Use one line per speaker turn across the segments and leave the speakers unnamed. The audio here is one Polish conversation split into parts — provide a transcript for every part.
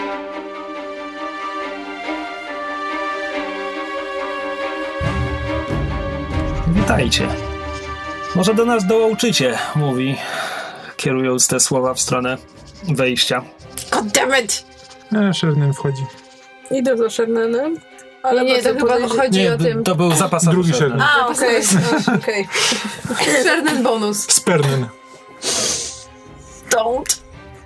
Witajcie. Może do nas dołączycie, mówi, kierując te słowa w stronę wejścia.
God damn it!
Shernan wchodzi.
Idę za Shernanem. Ale
nie, to chyba chodzi o tym.
To był zapasowy
Drugi Shernan.
A, okej.
Shernan bonus.
Spernan.
Don't.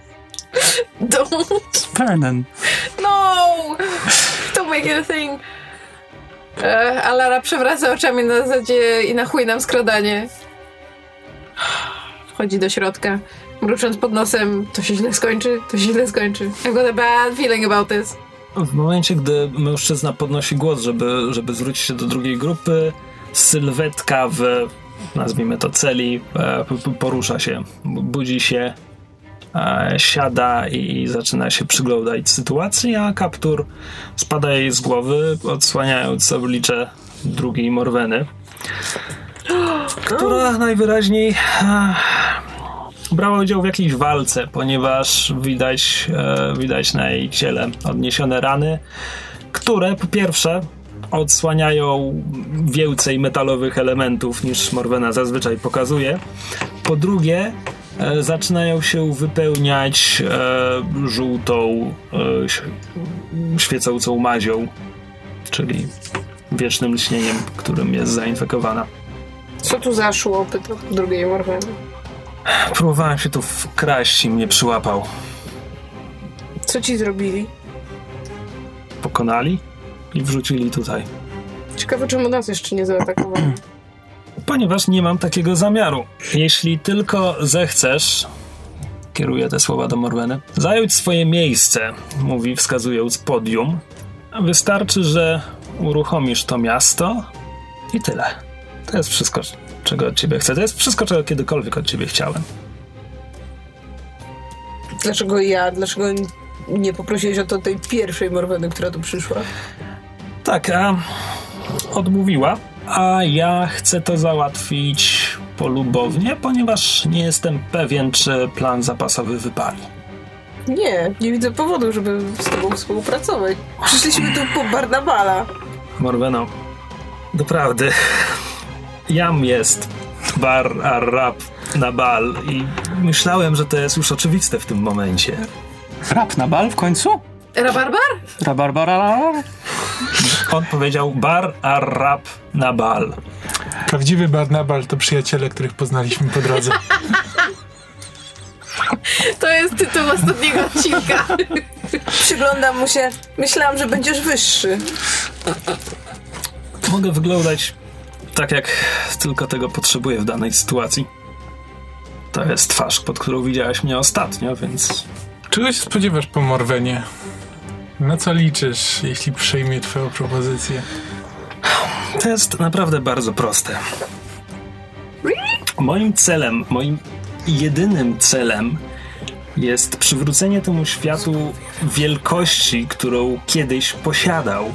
Spernan.
No! To make it a thing. Alara przewraca oczami na zasadzie i na chuj nam skradanie. Wchodzi do środka, mrucząc pod nosem. To się źle skończy. I've got a bad feeling about this.
W momencie, gdy mężczyzna podnosi głos, żeby zwrócić się do drugiej grupy, sylwetka w, nazwijmy to, celi porusza się, budzi się, siada i zaczyna się przyglądać sytuacji, a kaptur spada jej z głowy, odsłaniając oblicze drugiej Morweny, która najwyraźniej brała udział w jakiejś walce, ponieważ widać na jej ciele odniesione rany, które po pierwsze odsłaniają więcej metalowych elementów niż Morwena zazwyczaj pokazuje. Po drugie, zaczynają się wypełniać żółtą, świecącą mazią, czyli wiecznym lśnieniem, którym jest zainfekowana.
Co tu zaszło? Pyta drugiej Morweny.
Próbowałem się tu wkraść i mnie przyłapał.
Co ci zrobili?
Pokonali i wrzucili tutaj.
Ciekawe, czemu nas jeszcze nie zaatakowali.
Ponieważ nie mam takiego zamiaru. Jeśli tylko zechcesz, kieruję te słowa do Morweny, zająć swoje miejsce, mówi wskazując podium, wystarczy, że uruchomisz to miasto i tyle. To jest wszystko, czego od ciebie chcę. To jest wszystko, czego kiedykolwiek od ciebie chciałem.
Dlaczego ja? Dlaczego nie poprosiłeś o to tej pierwszej Morweny, która tu przyszła?
Tak, odmówiła, a ja chcę to załatwić polubownie, ponieważ nie jestem pewien, czy plan zapasowy wypali.
Nie widzę powodu, żeby z tobą współpracować. Przyszliśmy tu po Barnabala.
Morweno, doprawdy, jam jest Bar Arab Nabal i myślałem, że to jest już oczywiste w tym momencie.
Rap na bal w końcu?
Rabarbar?
Rabarbara?
On powiedział Bar Arab Nabal.
Prawdziwy Barnabal to przyjaciele, których poznaliśmy po drodze.
To jest tytuł ostatniego odcinka.
Przyglądam mu się. Myślałam, że będziesz wyższy.
Mogę wyglądać tak, jak tylko tego potrzebuję w danej sytuacji. To jest twarz, pod którą widziałaś mnie ostatnio, więc...
Czego się spodziewasz po Morwenie? Na co liczysz, jeśli przyjmie twoją propozycję?
To jest naprawdę bardzo proste. Moim jedynym celem jest przywrócenie temu światu wielkości, którą kiedyś posiadał.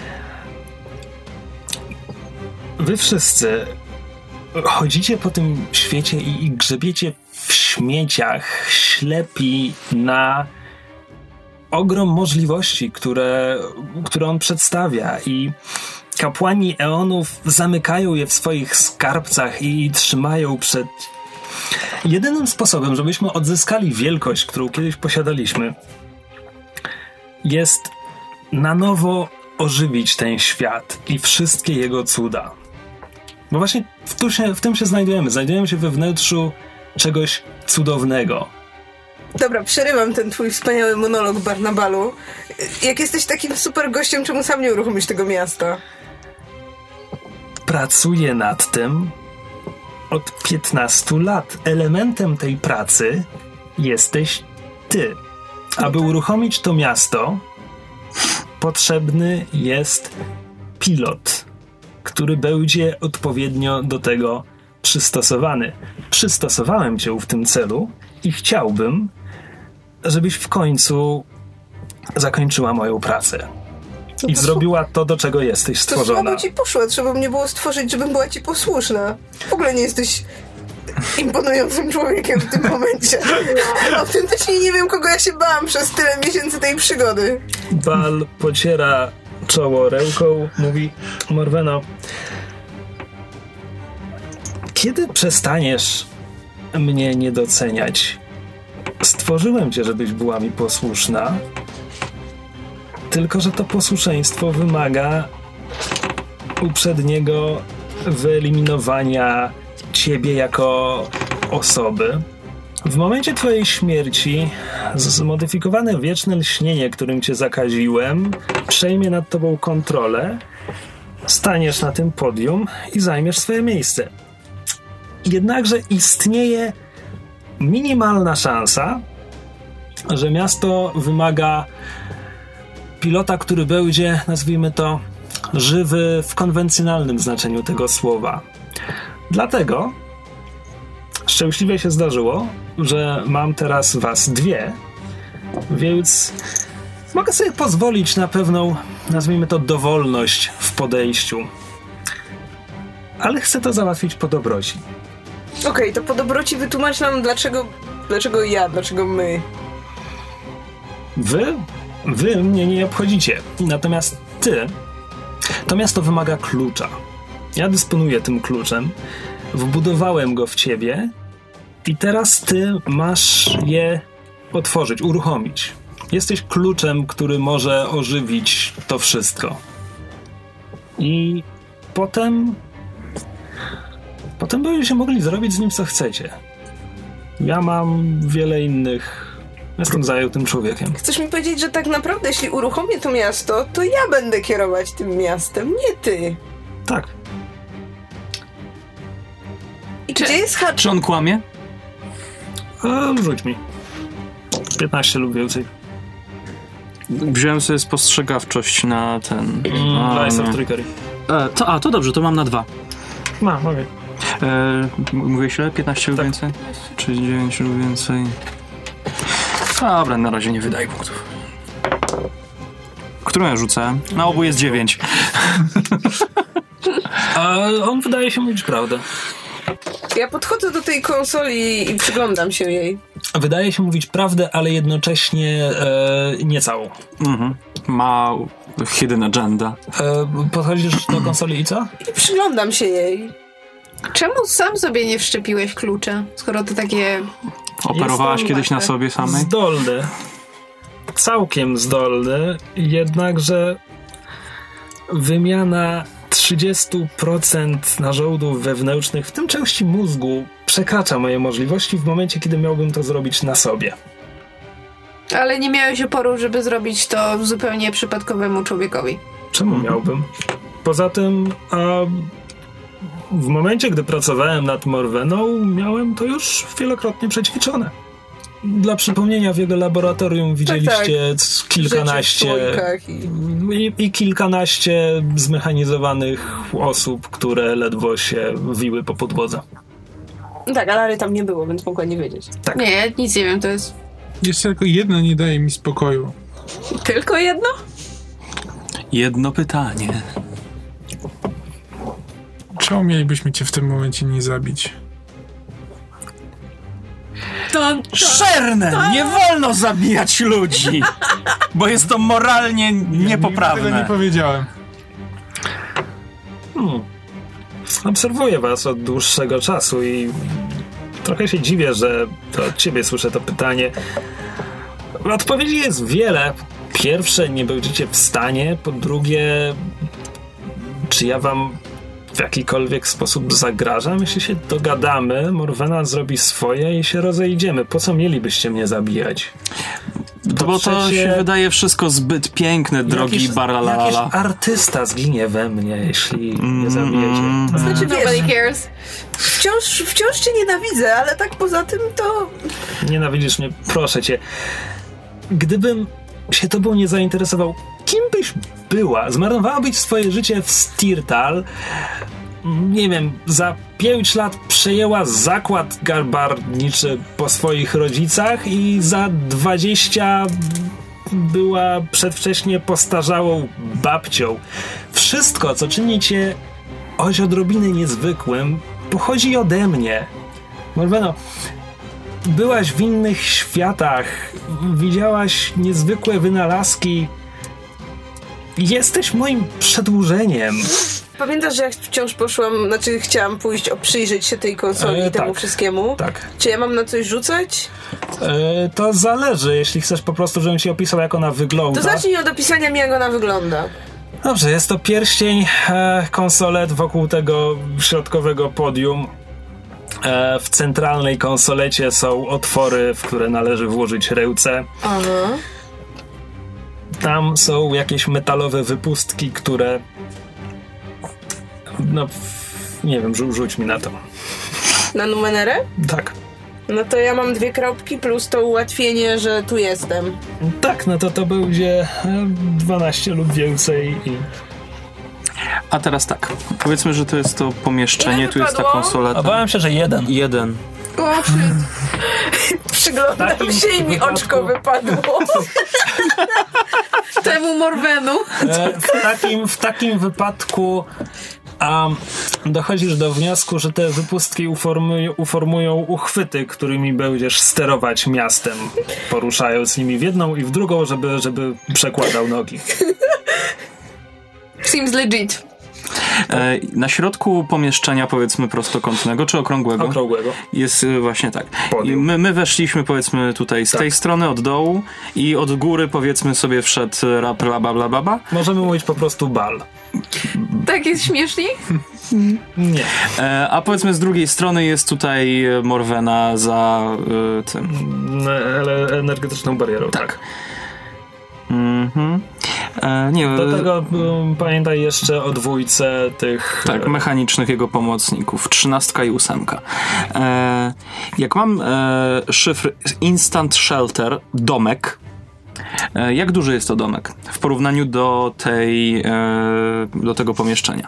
Wy wszyscy chodzicie po tym świecie i grzebiecie w śmieciach, ślepi na ogrom możliwości, które on przedstawia, i kapłani eonów zamykają je w swoich skarbcach i trzymają przed... Jedynym sposobem, żebyśmy odzyskali wielkość, którą kiedyś posiadaliśmy, jest na nowo ożywić ten świat i wszystkie jego cuda. Bo właśnie w tym się znajdujemy. Znajdujemy się we wnętrzu czegoś cudownego.
Dobra, przerywam ten twój wspaniały monolog, Barnabalu. Jak jesteś takim super gościem, czemu sam nie uruchomisz tego miasta?
Pracuję nad tym od 15 lat. Elementem tej pracy jesteś ty. Aby uruchomić to miasto, potrzebny jest pilot, który będzie odpowiednio do tego przystosowany. Przystosowałem cię w tym celu i chciałbym, żebyś w końcu zakończyła moją pracę. I zrobiła to, do czego jesteś stworzona.
To słabo ci poszło. Trzeba mnie było stworzyć, żebym była ci posłuszna. W ogóle nie jesteś imponującym człowiekiem w tym momencie. Autentycznie nie wiem, kogo ja się bałam przez tyle miesięcy tej przygody.
Bal pociera czoło ręką, mówi: Morweno, kiedy przestaniesz mnie nie doceniać? Stworzyłem cię, żebyś była mi posłuszna, tylko że to posłuszeństwo wymaga uprzedniego wyeliminowania ciebie jako osoby. W momencie twojej śmierci zmodyfikowane wieczne lśnienie, którym cię zakaziłem, przejmie nad tobą kontrolę, staniesz na tym podium i zajmiesz swoje miejsce. Jednakże istnieje minimalna szansa, że miasto wymaga pilota, który będzie, nazwijmy to, żywy w konwencjonalnym znaczeniu tego słowa. Dlatego szczęśliwie się zdarzyło, że mam teraz was dwie, więc mogę sobie pozwolić na pewną, nazwijmy to, dowolność w podejściu. Ale chcę to załatwić po dobroci.
Okej, to po dobroci wytłumacz nam, dlaczego my.
Wy mnie nie obchodzicie. Natomiast to miasto wymaga klucza. Ja dysponuję tym kluczem, wbudowałem go w ciebie i teraz ty masz je otworzyć, uruchomić. Jesteś kluczem, który może ożywić to wszystko. I potem będziecie mogli zrobić z nim, co chcecie. Ja mam wiele innych... Jestem zajętym człowiekiem.
Chcesz mi powiedzieć, że tak naprawdę, jeśli uruchomię to miasto, to ja będę kierować tym miastem, nie ty.
Tak.
I gdzie jest Hacz?
Czy on kłamie?
Rzuć mi. 15 lub więcej.
Wziąłem sobie spostrzegawczość na ten...
Dice of Trickery.
To dobrze, to mam na 2.
Okej.
Mówiłeś ile? 15 lub
Tak.
więcej? 39 lub więcej. Dobra, na razie nie wydaję punktów. Którą ja rzucę? Na obu jest 9.
A on wydaje się mówić prawdę.
Ja podchodzę do tej konsoli i przyglądam się jej.
Wydaje się mówić prawdę, ale jednocześnie nie całą.
Mhm. Ma hidden agenda.
Podchodzisz do konsoli i co?
I przyglądam się jej.
Czemu sam sobie nie wszczepiłeś klucza, skoro to takie...
Operowałaś
Jestem
kiedyś na sobie samej?
Zdolny. Całkiem zdolny, jednakże wymiana 30% narządów wewnętrznych, w tym części mózgu, przekracza moje możliwości w momencie, kiedy miałbym to zrobić na sobie.
Ale nie miałeś oporu, żeby zrobić to zupełnie przypadkowemu człowiekowi.
Czemu miałbym? Poza tym, w momencie, gdy pracowałem nad Morweną, miałem to już wielokrotnie przećwiczone. Dla przypomnienia, w jego laboratorium widzieliście kilkanaście i kilkanaście zmechanizowanych osób, które ledwo się wiły po podłodze.
Tak, ale Lary tam nie było, więc mogła nie wiedzieć.
Tak.
Nie, ja nic nie wiem, to jest
Jeszcze tylko jedno nie daje mi spokoju.
tylko jedno?
Jedno pytanie.
Czemu mielibyśmy cię w tym momencie nie zabić?
Szerne! Nie wolno zabijać ludzi! Bo jest to moralnie
Tego nie
niepoprawne.
powiedziałem.
Obserwuję was od dłuższego czasu i trochę się dziwię, że to od ciebie słyszę to pytanie. Odpowiedzi jest wiele. Pierwsze, nie będziecie w stanie. Po drugie, czy ja wam w jakikolwiek sposób zagrażam? Jeśli się dogadamy, Morwena zrobi swoje i się rozejdziemy. Po co mielibyście mnie zabijać?
Bo to się wydaje wszystko zbyt piękne, drogi Baralala.
Jakiś artysta zginie we mnie, jeśli nie zabijecie.
Znaczy,
Nobody
wiesz,
cares.
wciąż cię nienawidzę, ale tak poza tym to...
Nienawidzisz mnie, proszę cię. Gdybym się tobą nie zainteresował, kim byś była? Zmarnowałabyś swoje życie w Stirtal, nie wiem, za 5 lat przejęła zakład garbarniczy po swoich rodzicach i za 20 była przedwcześnie postarzałą babcią. Wszystko, co czyni cię choć odrobinę niezwykłym, pochodzi ode mnie. Morweno, byłaś w innych światach, widziałaś niezwykłe wynalazki. Jesteś moim przedłużeniem.
Pamiętasz, że ja wciąż chciałam pójść przyjrzeć się tej konsoli i temu wszystkiemu?
Tak.
Czy ja mam na coś rzucać?
To zależy, jeśli chcesz po prostu, żebym ci opisał, jak ona wygląda.
To zacznij od opisania mi, jak ona wygląda.
Dobrze, jest to pierścień konsolet wokół tego środkowego podium. W centralnej konsolecie są otwory, w które należy włożyć ręce.
Aha.
Tam są jakieś metalowe wypustki, które... No, nie wiem, rzuć mi na to.
Na numerę?
Tak.
No to ja mam 2 kropki plus to ułatwienie, że tu jestem.
Tak, no to będzie 12 lub więcej i...
A teraz tak, powiedzmy, że to jest to pomieszczenie, tu jest ta konsola.
Obawiam się, że 1.
1.
O, shit.
Przyglądam się i mi oczko wypadło.
Temu Morwenu.
W takim wypadku dochodzisz do wniosku, że te wypustki uformują uchwyty, którymi będziesz sterować miastem, poruszając nimi w jedną i w drugą, żeby przekładał nogi.
Seems legit.
Na środku pomieszczenia, powiedzmy prostokątnego czy okrągłego?
Okrągłego.
Jest właśnie tak. I
Podium.
my weszliśmy, powiedzmy, tutaj z tej strony, od dołu, i od góry, powiedzmy, sobie wszedł rap, bla, bla, bla, bla.
Możemy mówić po prostu bal.
Tak jest śmieszniej?
Nie.
A powiedzmy z drugiej strony jest tutaj Morwena za tym.
Energetyczną barierą, tak.
Mhm. Nie,
Do tego pamiętaj jeszcze o dwójce tych...
Tak, mechanicznych jego pomocników. 13 i 8. Jak mam szyfr Instant Shelter, domek, jak duży jest to domek w porównaniu do tego pomieszczenia?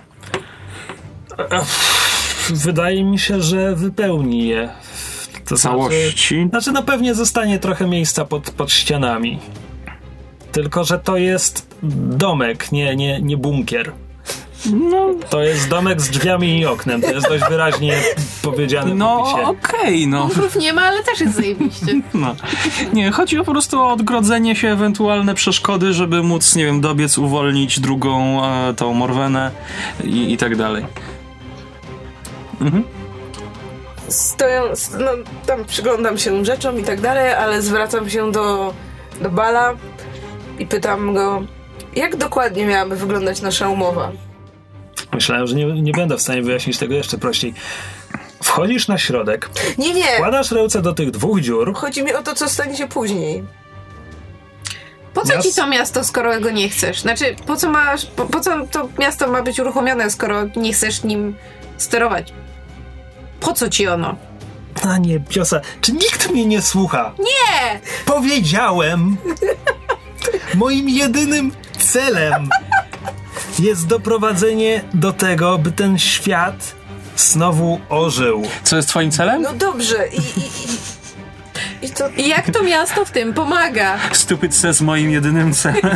Wydaje mi się, że wypełni je. To
Całości?
Znaczy, no pewnie zostanie trochę miejsca pod ścianami. Tylko że to jest domek, nie bunkier.
No,
to jest domek z drzwiami i oknem. To jest dość wyraźnie powiedziane w opisie.
No okej, no.
Bunkrów nie ma, ale też jest zajebiście.
No. Nie, chodzi po prostu o odgrodzenie się, ewentualne przeszkody, żeby móc, nie wiem, dobiec, uwolnić drugą tą Morwenę i tak dalej. Mhm.
Stojąc, no tam przyglądam się rzeczom i tak dalej, ale zwracam się do Bala i pytam go, jak dokładnie miałaby wyglądać nasza umowa?
Myślałem, że nie będę w stanie wyjaśnić tego jeszcze prościej. Wchodzisz na środek,
Nie.
wkładasz ręce do tych 2 dziur.
Chodzi mi o to, co stanie się później.
Po co ci to miasto, skoro go nie chcesz? Znaczy, po co to miasto ma być uruchomione, skoro nie chcesz nim sterować? Po co ci ono?
A nie, Piosa, czy nikt mnie nie słucha?
Nie!
Powiedziałem! Moim jedynym celem jest doprowadzenie do tego, by ten świat znowu ożył.
Co jest twoim celem?
No dobrze, i to...
I jak to miasto w tym pomaga?
Stupid says moim jedynym celem.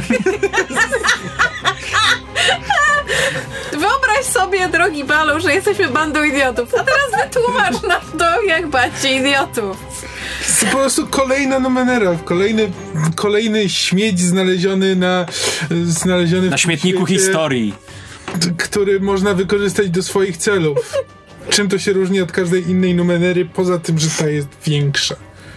Wyobraź sobie, drogi Balu, że jesteśmy bandą idiotów. A teraz wytłumacz nam to, jak bać się idiotów.
To po prostu kolejna numenera, kolejny śmieć znaleziony na
śmietniku
świecie,
historii.
który można wykorzystać do swoich celów. Czym to się różni od każdej innej numenery, poza tym, że ta jest większa?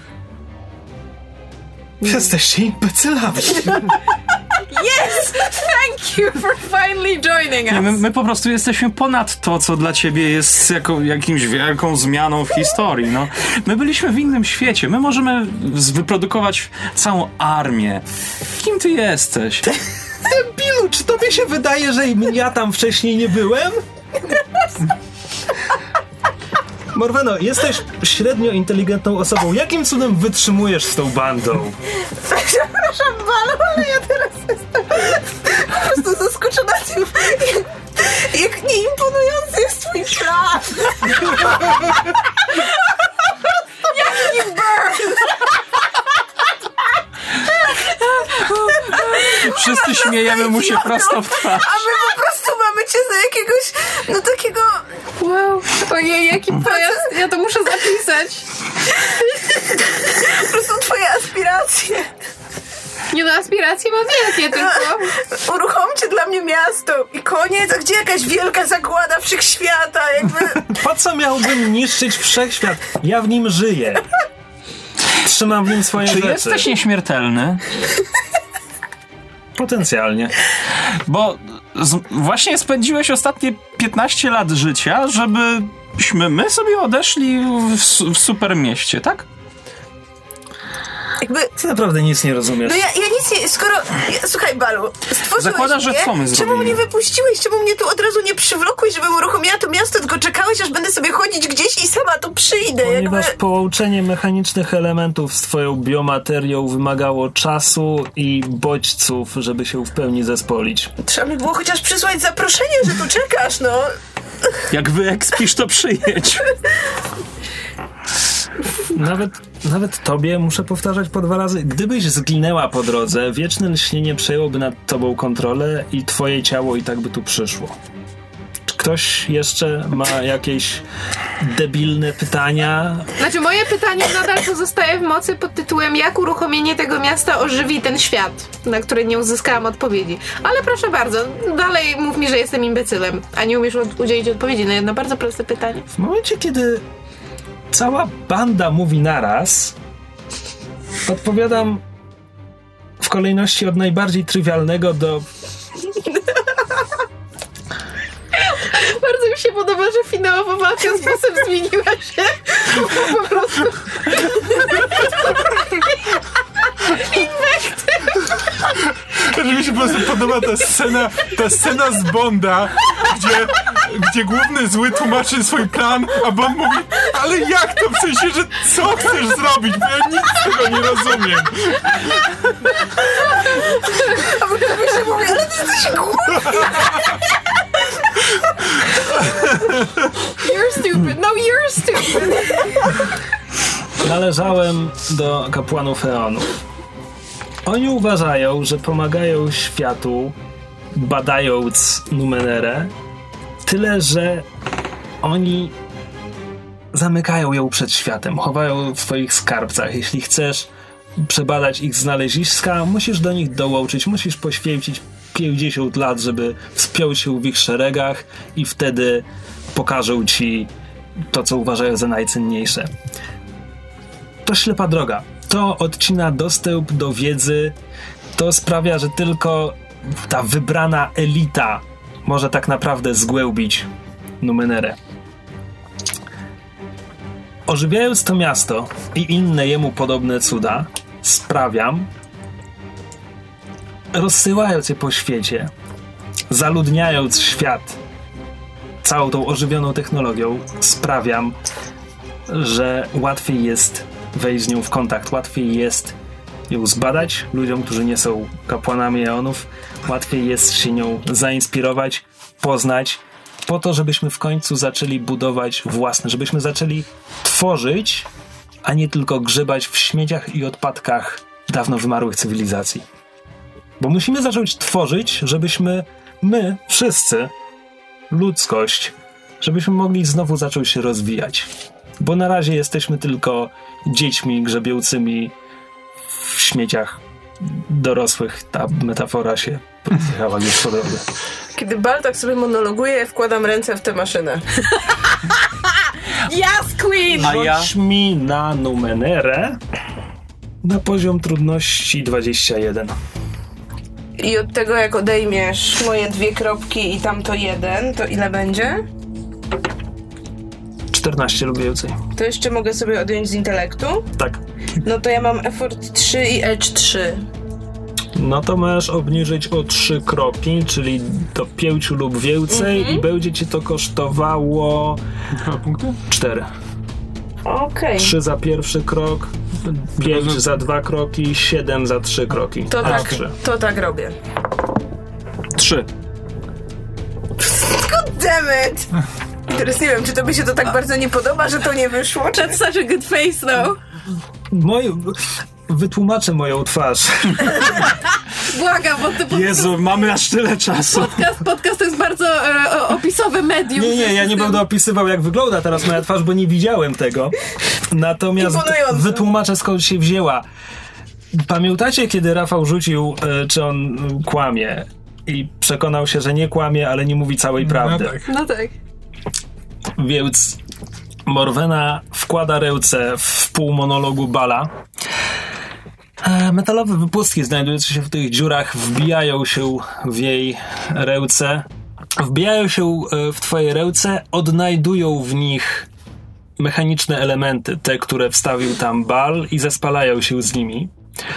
Jesteście imbecylami.
Yes! Thank you for finally joining us.
My po prostu jesteśmy ponad to, co dla ciebie jest jakimś wielką zmianą w historii. No. My byliśmy w innym świecie. My możemy wyprodukować całą armię. Kim ty jesteś?
Debilu, czy tobie się wydaje, że ja tam wcześniej nie byłem? Morweno, jesteś średnio inteligentną osobą. Jakim cudem wytrzymujesz z tą bandą?
Przepraszam, Balu, ale ja teraz jestem po prostu zaskoczona tym, jak nieimponujący jest twój plan.
Jaki burn!
Wszyscy śmiejemy mu się prosto w twarz.
A my po prostu mamy cię za jakiegoś, no takiego
Wow, ojej, jaki pojazd, ja to muszę zapisać.
Po prostu twoje aspiracje.
Nie no, aspiracje mam wielkie tylko.
Uruchomcie dla mnie miasto i koniec, a gdzie jakaś wielka zagłada wszechświata, jakby...
Po co miałbym niszczyć wszechświat? Ja w nim żyję. Trzymam w nim swoje
Czy
rzeczy.
jesteś nieśmiertelny?
Potencjalnie.
Bo właśnie spędziłeś ostatnie 15 lat życia, żebyśmy my sobie odeszli w super mieście, tak?
Jakby...
Ty naprawdę nic nie rozumiesz.
No ja nic nie... Skoro... słuchaj, Balu, stworzyłeś
Zakładasz, że
mnie,
co my
czemu
zrobimy?
mnie wypuściłeś? Czemu mnie tu od razu nie przywlokłeś, żebym uruchomiła to miasto, tylko czekałeś, aż będę sobie chodzić gdzieś i sama tu przyjdę,
Ponieważ
jakby...
połączenie mechanicznych elementów z twoją biomaterią wymagało czasu i bodźców, żeby się w pełni zespolić.
Trzeba mi było chociaż przysłać zaproszenie, że tu czekasz, no.
Jak wyekspisz, to przyjedź.
Nawet tobie muszę powtarzać po 2 razy. Gdybyś zginęła po drodze, wieczne lśnienie przejęłoby nad tobą kontrolę i twoje ciało i tak by tu przyszło. Czy ktoś jeszcze ma jakieś debilne pytania?
Znaczy moje pytanie nadal pozostaje w mocy pod tytułem jak uruchomienie tego miasta ożywi ten świat, na który nie uzyskałam odpowiedzi. Ale proszę bardzo, dalej mów mi, że jestem imbecylem, a nie umiesz udzielić odpowiedzi na jedno bardzo proste pytanie.
W momencie, kiedy cała banda mówi naraz, odpowiadam w kolejności od najbardziej trywialnego do...
Bardzo mi się podoba, że finałowo w ten sposób zmieniła się po prostu
Że mi się po prostu podoba ta scena z Bonda, gdzie główny zły tłumaczy swój plan, a Bond mówi, ale jak to? W sensie, że co chcesz zrobić? Bo ja nic z tego nie rozumiem.
A potem się mówi, ale ty jesteś głupi.
You're stupid, no you're stupid.
Należałem do kapłanów Eonów. Oni uważają, że pomagają światu, badając Numenerę, tyle, że oni zamykają ją przed światem, chowają w swoich skarbcach. Jeśli chcesz przebadać ich znaleziska, musisz do nich dołączyć, musisz poświęcić 50 lat, żeby wspiąć się w ich szeregach i wtedy pokażą ci to, co uważają za najcenniejsze. To ślepa droga. To odcina dostęp do wiedzy. To sprawia, że tylko ta wybrana elita może tak naprawdę zgłębić Numenerę. Ożywiając to miasto i inne jemu podobne cuda, sprawiam, rozsyłając je po świecie, zaludniając świat całą tą ożywioną technologią, sprawiam, że łatwiej jest wejść z nią w kontakt, łatwiej jest ją zbadać ludziom, którzy nie są kapłanami Eonów, łatwiej jest się nią zainspirować, poznać, po to, żebyśmy w końcu zaczęli budować własne, żebyśmy zaczęli tworzyć, a nie tylko grzebać w śmieciach i odpadkach dawno wymarłych cywilizacji. Bo musimy zacząć tworzyć, żebyśmy my, wszyscy, ludzkość, żebyśmy mogli znowu zacząć się rozwijać. Bo na razie jesteśmy tylko dziećmi grzebiącymi w śmieciach dorosłych. Ta metafora się rozjechała już po drodze.
Kiedy Bal tak sobie monologuje, ja wkładam ręce w tę maszynę.
Yes, Queen!
A ja?
Rzuć mi na Numenerę na poziom trudności 21.
I od tego, jak odejmiesz moje 2 kropki i tamto 1, to ile będzie?
14 lub więcej.
To jeszcze mogę sobie odjąć z intelektu?
Tak.
No to ja mam effort 3 i edge 3.
No to możesz obniżyć o 3 kroki, czyli do 5 lub więcej i będzie ci to kosztowało
2 punkty?
4.
Okej.
3 za pierwszy krok, 5 za 2 kroki, 7 za 3 kroki.
To tak,
Trzy.
to tak robię.
3.
God damn it! Teraz nie wiem, czy tobie się to tak bardzo nie podoba, że to nie wyszło?
That's such a good face, though.
Wytłumaczę moją twarz.
Błagam, bo
Jezu, mamy aż tyle czasu.
Podcast to jest bardzo opisowe medium.
Nie, ja nie będę opisywał, jak wygląda teraz moja twarz, bo nie widziałem tego. Natomiast wytłumaczę, skąd się wzięła. Pamiętacie, kiedy Rafał rzucił, czy on kłamie i przekonał się, że nie kłamie, ale nie mówi całej prawdy.
No tak.
Więc Morwena wkłada ręce w pół monologu Bala. Metalowe wypustki znajdujące się w tych dziurach wbijają się w jej ręce. Wbijają się w twoje ręce, odnajdują w nich mechaniczne elementy, te, które wstawił tam Bal, i zespalają się z nimi.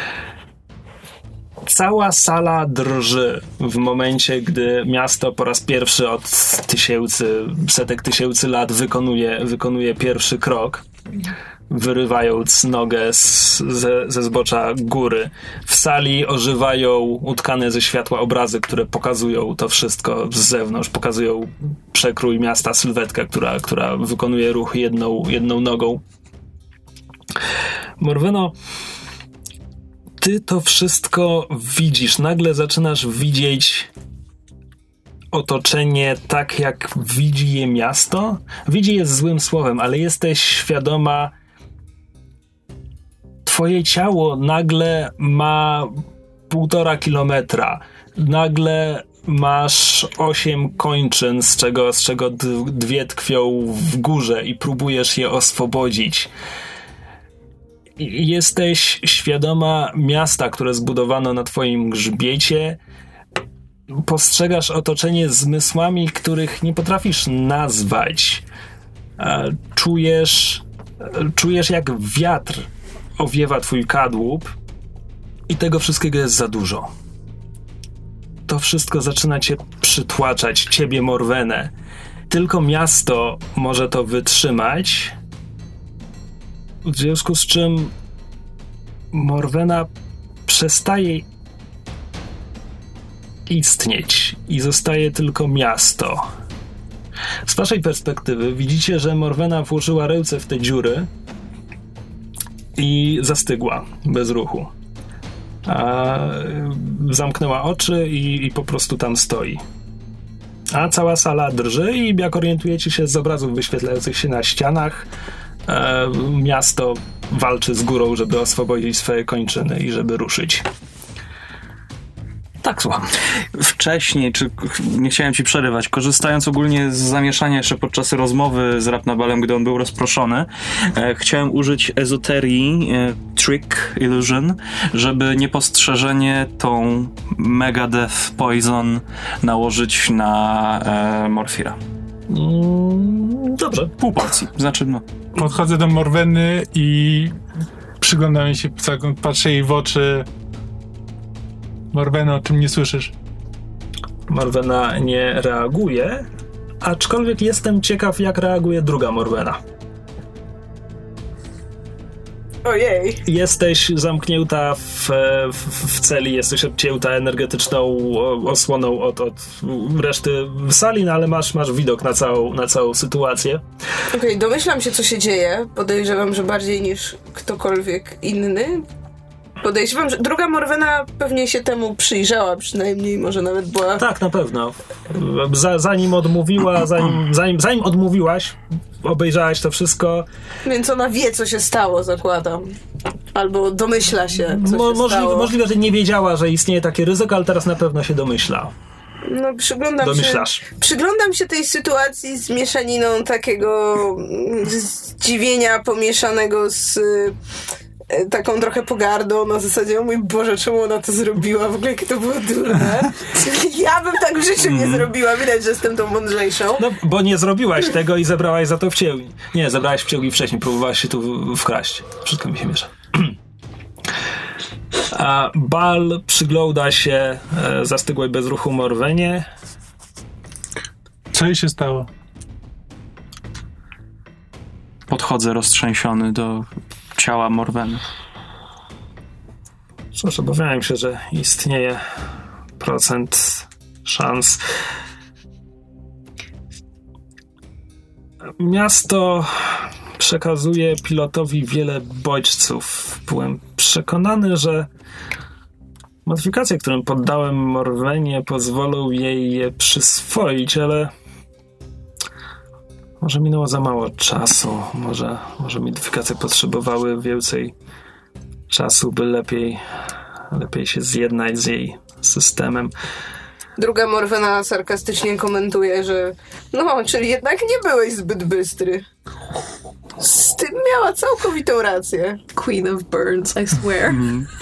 Cała sala drży w momencie, gdy miasto po raz pierwszy od setek tysięcy lat wykonuje pierwszy krok, wyrywając nogę ze zbocza góry. W sali ożywają utkane ze światła obrazy, które pokazują to wszystko z zewnątrz, pokazują przekrój miasta, sylwetkę, która wykonuje ruch jedną nogą. Morweno, ty to wszystko widzisz. Nagle zaczynasz widzieć otoczenie tak, jak widzi je miasto. Widzi je złym słowem, ale jesteś świadoma. Twoje ciało nagle ma 1,5 kilometra. Nagle masz 8 kończyn, z czego 2 tkwią w górze i próbujesz je oswobodzić. Jesteś świadoma miasta, które zbudowano na twoim grzbiecie. Postrzegasz otoczenie zmysłami, których nie potrafisz nazwać. Czujesz, jak wiatr owiewa twój kadłub i tego wszystkiego jest za dużo. To wszystko zaczyna cię przytłaczać, ciebie, Morwenę. Tylko miasto może to wytrzymać, w związku z czym Morwena przestaje istnieć i zostaje tylko miasto. Z waszej perspektywy widzicie, że Morwena włożyła ręce w te dziury i zastygła bez ruchu. Zamknęła oczy i po prostu tam stoi. A cała sala drży i jak orientujecie się z obrazów wyświetlających się na ścianach, miasto walczy z górą, żeby oswobodzić swoje kończyny i żeby ruszyć. Tak, słucham.
Wcześniej, nie chciałem ci przerywać, korzystając ogólnie z zamieszania jeszcze podczas rozmowy z Rapnabalem, gdy on był rozproszony, chciałem użyć ezoterii Trick Illusion, żeby niepostrzeżenie tą Megadeth Poison nałożyć na Morfira.
Dobrze.
Pół porcji. Znaczy, no.
Podchodzę do Morweny i przyglądam jej się, patrzę jej w oczy. Morwena, o czym nie słyszysz?
Morwena nie reaguje, aczkolwiek jestem ciekaw, jak reaguje druga Morwena.
Ojej.
Jesteś zamknięta w celi, jesteś odcięta energetyczną osłoną od reszty sali, no ale masz widok na całą sytuację.
Okej, domyślam się, co się dzieje. Podejrzewam, że bardziej niż ktokolwiek inny. Podejrzewam, że druga Morwena pewnie się temu przyjrzała, przynajmniej może nawet była...
Tak, na pewno. Zanim odmówiła, zanim odmówiłaś, obejrzałaś to wszystko.
Więc ona wie, co się stało, zakładam. Albo domyśla się, co się stało.
Możliwe, że nie wiedziała, że istnieje takie ryzyko, ale teraz na pewno się domyśla.
No, przyglądam się tej sytuacji z mieszaniną takiego zdziwienia pomieszanego z taką trochę pogardą, na zasadzie, o mój Boże, czemu ona to zrobiła? W ogóle jakie to było durne. Ja bym tak w życiu nie zrobiła. Widać, że jestem tą mądrzejszą.
No, bo nie zrobiłaś tego i zebrałaś za to wciełki. Nie, zebrałaś wciełki wcześniej, próbowałaś się tu wkraść. Wszystko mi się miesza. A Bal przygląda się zastygłej bez ruchu Morwenie.
Co jej się stało?
Podchodzę roztrzęsiony do ciała Morweny.
Cóż, obawiałem się, że istnieje procent szans. Miasto przekazuje pilotowi wiele bodźców. Byłem przekonany, że Modyfikacje, którym poddałem Morwenie, pozwolą jej je przyswoić, ale może minęło za mało czasu. Może modyfikacje potrzebowały więcej czasu, by lepiej się zjednać z jej systemem.
Druga Morwena sarkastycznie komentuje, że czyli jednak nie byłeś zbyt bystry. Z tym miała całkowitą rację.
Queen of Burns, I swear.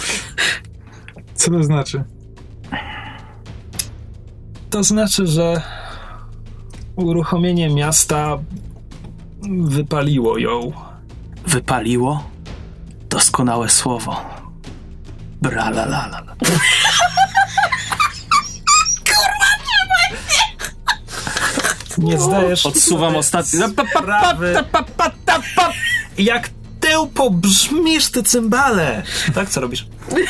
Co to znaczy?
To znaczy, że uruchomienie miasta wypaliło ją.
Wypaliło? Doskonałe słowo. Bralalala.
Nie zdajesz.
Odsuwam ostatni.
Jak tył pobrzmisz, ty cymbale! Tak, co robisz?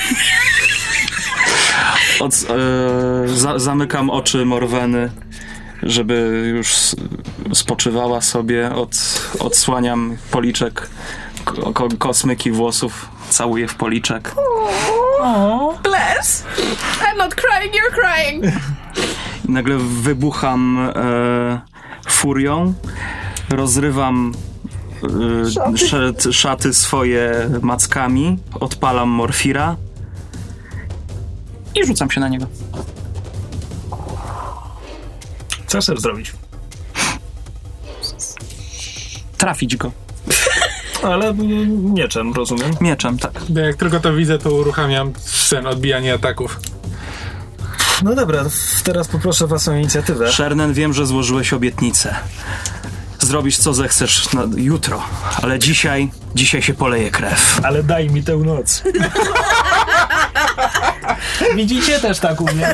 Zamykam oczy Morweny, żeby już spoczywała sobie. Odsłaniam policzek kosmyki włosów. Całuję w policzek.
Bless! I'm not crying, you're crying!
I nagle wybucham furią. Rozrywam szaty swoje mackami. Odpalam Morfira. I rzucam się na niego.
Co chcesz zrobić?
Trafić go.
Ale mieczem, rozumiem?
Mieczem, tak.
Jak tylko to widzę, to uruchamiam odbijanie ataków.
No dobra, teraz poproszę was o inicjatywę.
Shernen, wiem, że złożyłeś obietnicę. Zrobisz co zechcesz jutro, ale dzisiaj się poleje krew.
Ale daj mi tę noc. Widzicie też tak u mnie.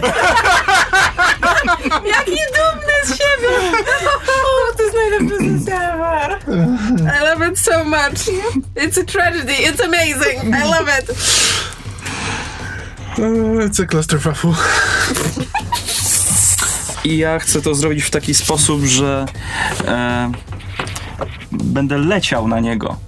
Jaki dumny z siebie! To jest najlepszy sesja ever. I love it so much. It's a tragedy. It's amazing. I love it.
It's a clusterfuffle.
I ja chcę to zrobić w taki sposób, że będę leciał na niego.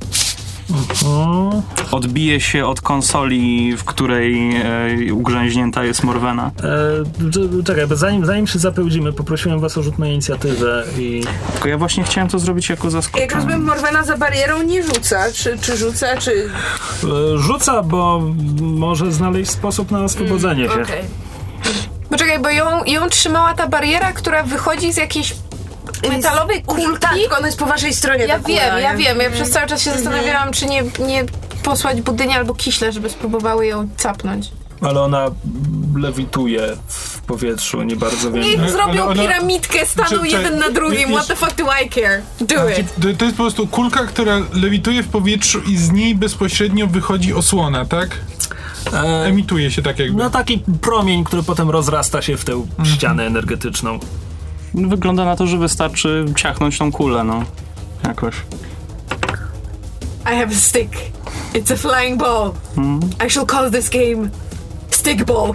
Odbiję się od konsoli, w której ugrzęźnięta jest Morwena.
Czekaj, bo zanim się zapełdzimy, poprosiłem was o rzut na inicjatywę i...
Tylko ja właśnie chciałem to zrobić jako zaskoczenie.
Jak rozumiem, Morwena za barierą nie rzuca. Czy rzuca, czy...
Rzuca, bo może znaleźć sposób na oswobodzenie się.
Okay. Poczekaj, bo ją trzymała ta bariera, która wychodzi z jakiejś metalowej kulki.
Tak, tylko ona jest po waszej stronie.
Ja wiem. Ja przez cały czas się zastanawiałam, czy nie posłać budynia albo kiśle, żeby spróbowały ją capnąć.
Ale ona lewituje w powietrzu, nie bardzo wiem.
Niech zrobią piramidkę, staną jeden na drugim. What the fuck do I care? Do it.
To jest po prostu kulka, która lewituje w powietrzu i z niej bezpośrednio wychodzi osłona, tak? Emituje się tak jakby.
No taki promień, który potem rozrasta się w tę ścianę energetyczną.
Wygląda na to, że wystarczy ciachnąć tą kulę, jakoś.
I have a stick. It's a flying ball. I shall call this game Stickball.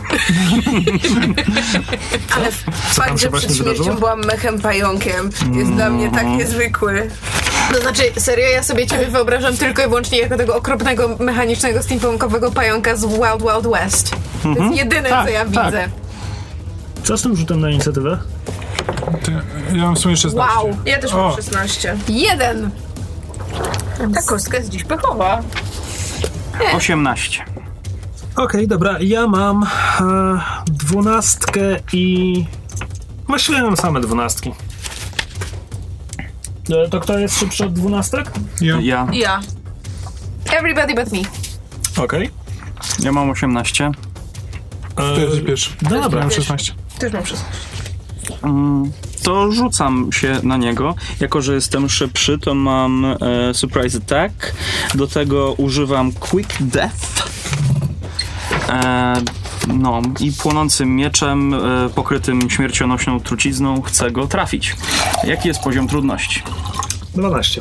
Ale fakt, że przed śmiercią byłam mechem pająkiem, jest dla mnie tak niezwykły.
To znaczy, serio, ja sobie ciebie wyobrażam tylko i wyłącznie jako tego okropnego, mechanicznego, steampunkowego pająka z Wild Wild West. To jest jedyne, co ja widzę.
Co z tym rzutem na inicjatywę?
Ja mam w sumie 16.
Wow.
Ja też mam 16.
1!
Ta kostka jest dziś pechowa.
18.
Okej, dobra, ja mam 12 i... Właściwie mam same 12. To kto jest szybszy od 12?
Ja.
Everybody but me.
Okej.
Ja mam 18.
To jest pierwszy.
No dobra.
Ja mam 16.
Też mam 16.
To rzucam się na niego. Jako że jestem szybszy, to mam Surprise Attack. Do tego używam Quick Death. I płonącym mieczem pokrytym śmiercionośną trucizną chcę go trafić. Jaki jest poziom trudności?
12.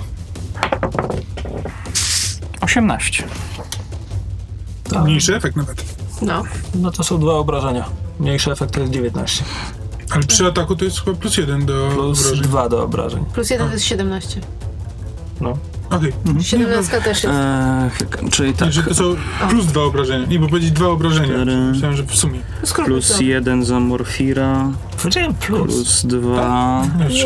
18.
Mniejszy efekt nawet.
No to są 2 obrażenia. Mniejszy efekt to jest 19.
Ale przy ataku to jest chyba +1 do
Plus
obrażeń.
2 do obrażeń.
Plus 1 to jest 17.
No.
Okej.
17 też jest.
Czyli tak.
Że to są plus 2 obrażenia. Nie, bo powiedzieć 2 obrażenia. Myślałem, że w sumie.
Plus 1 za Morfira.
Powiedziałem plus.
Plus 2.
Jeszcze.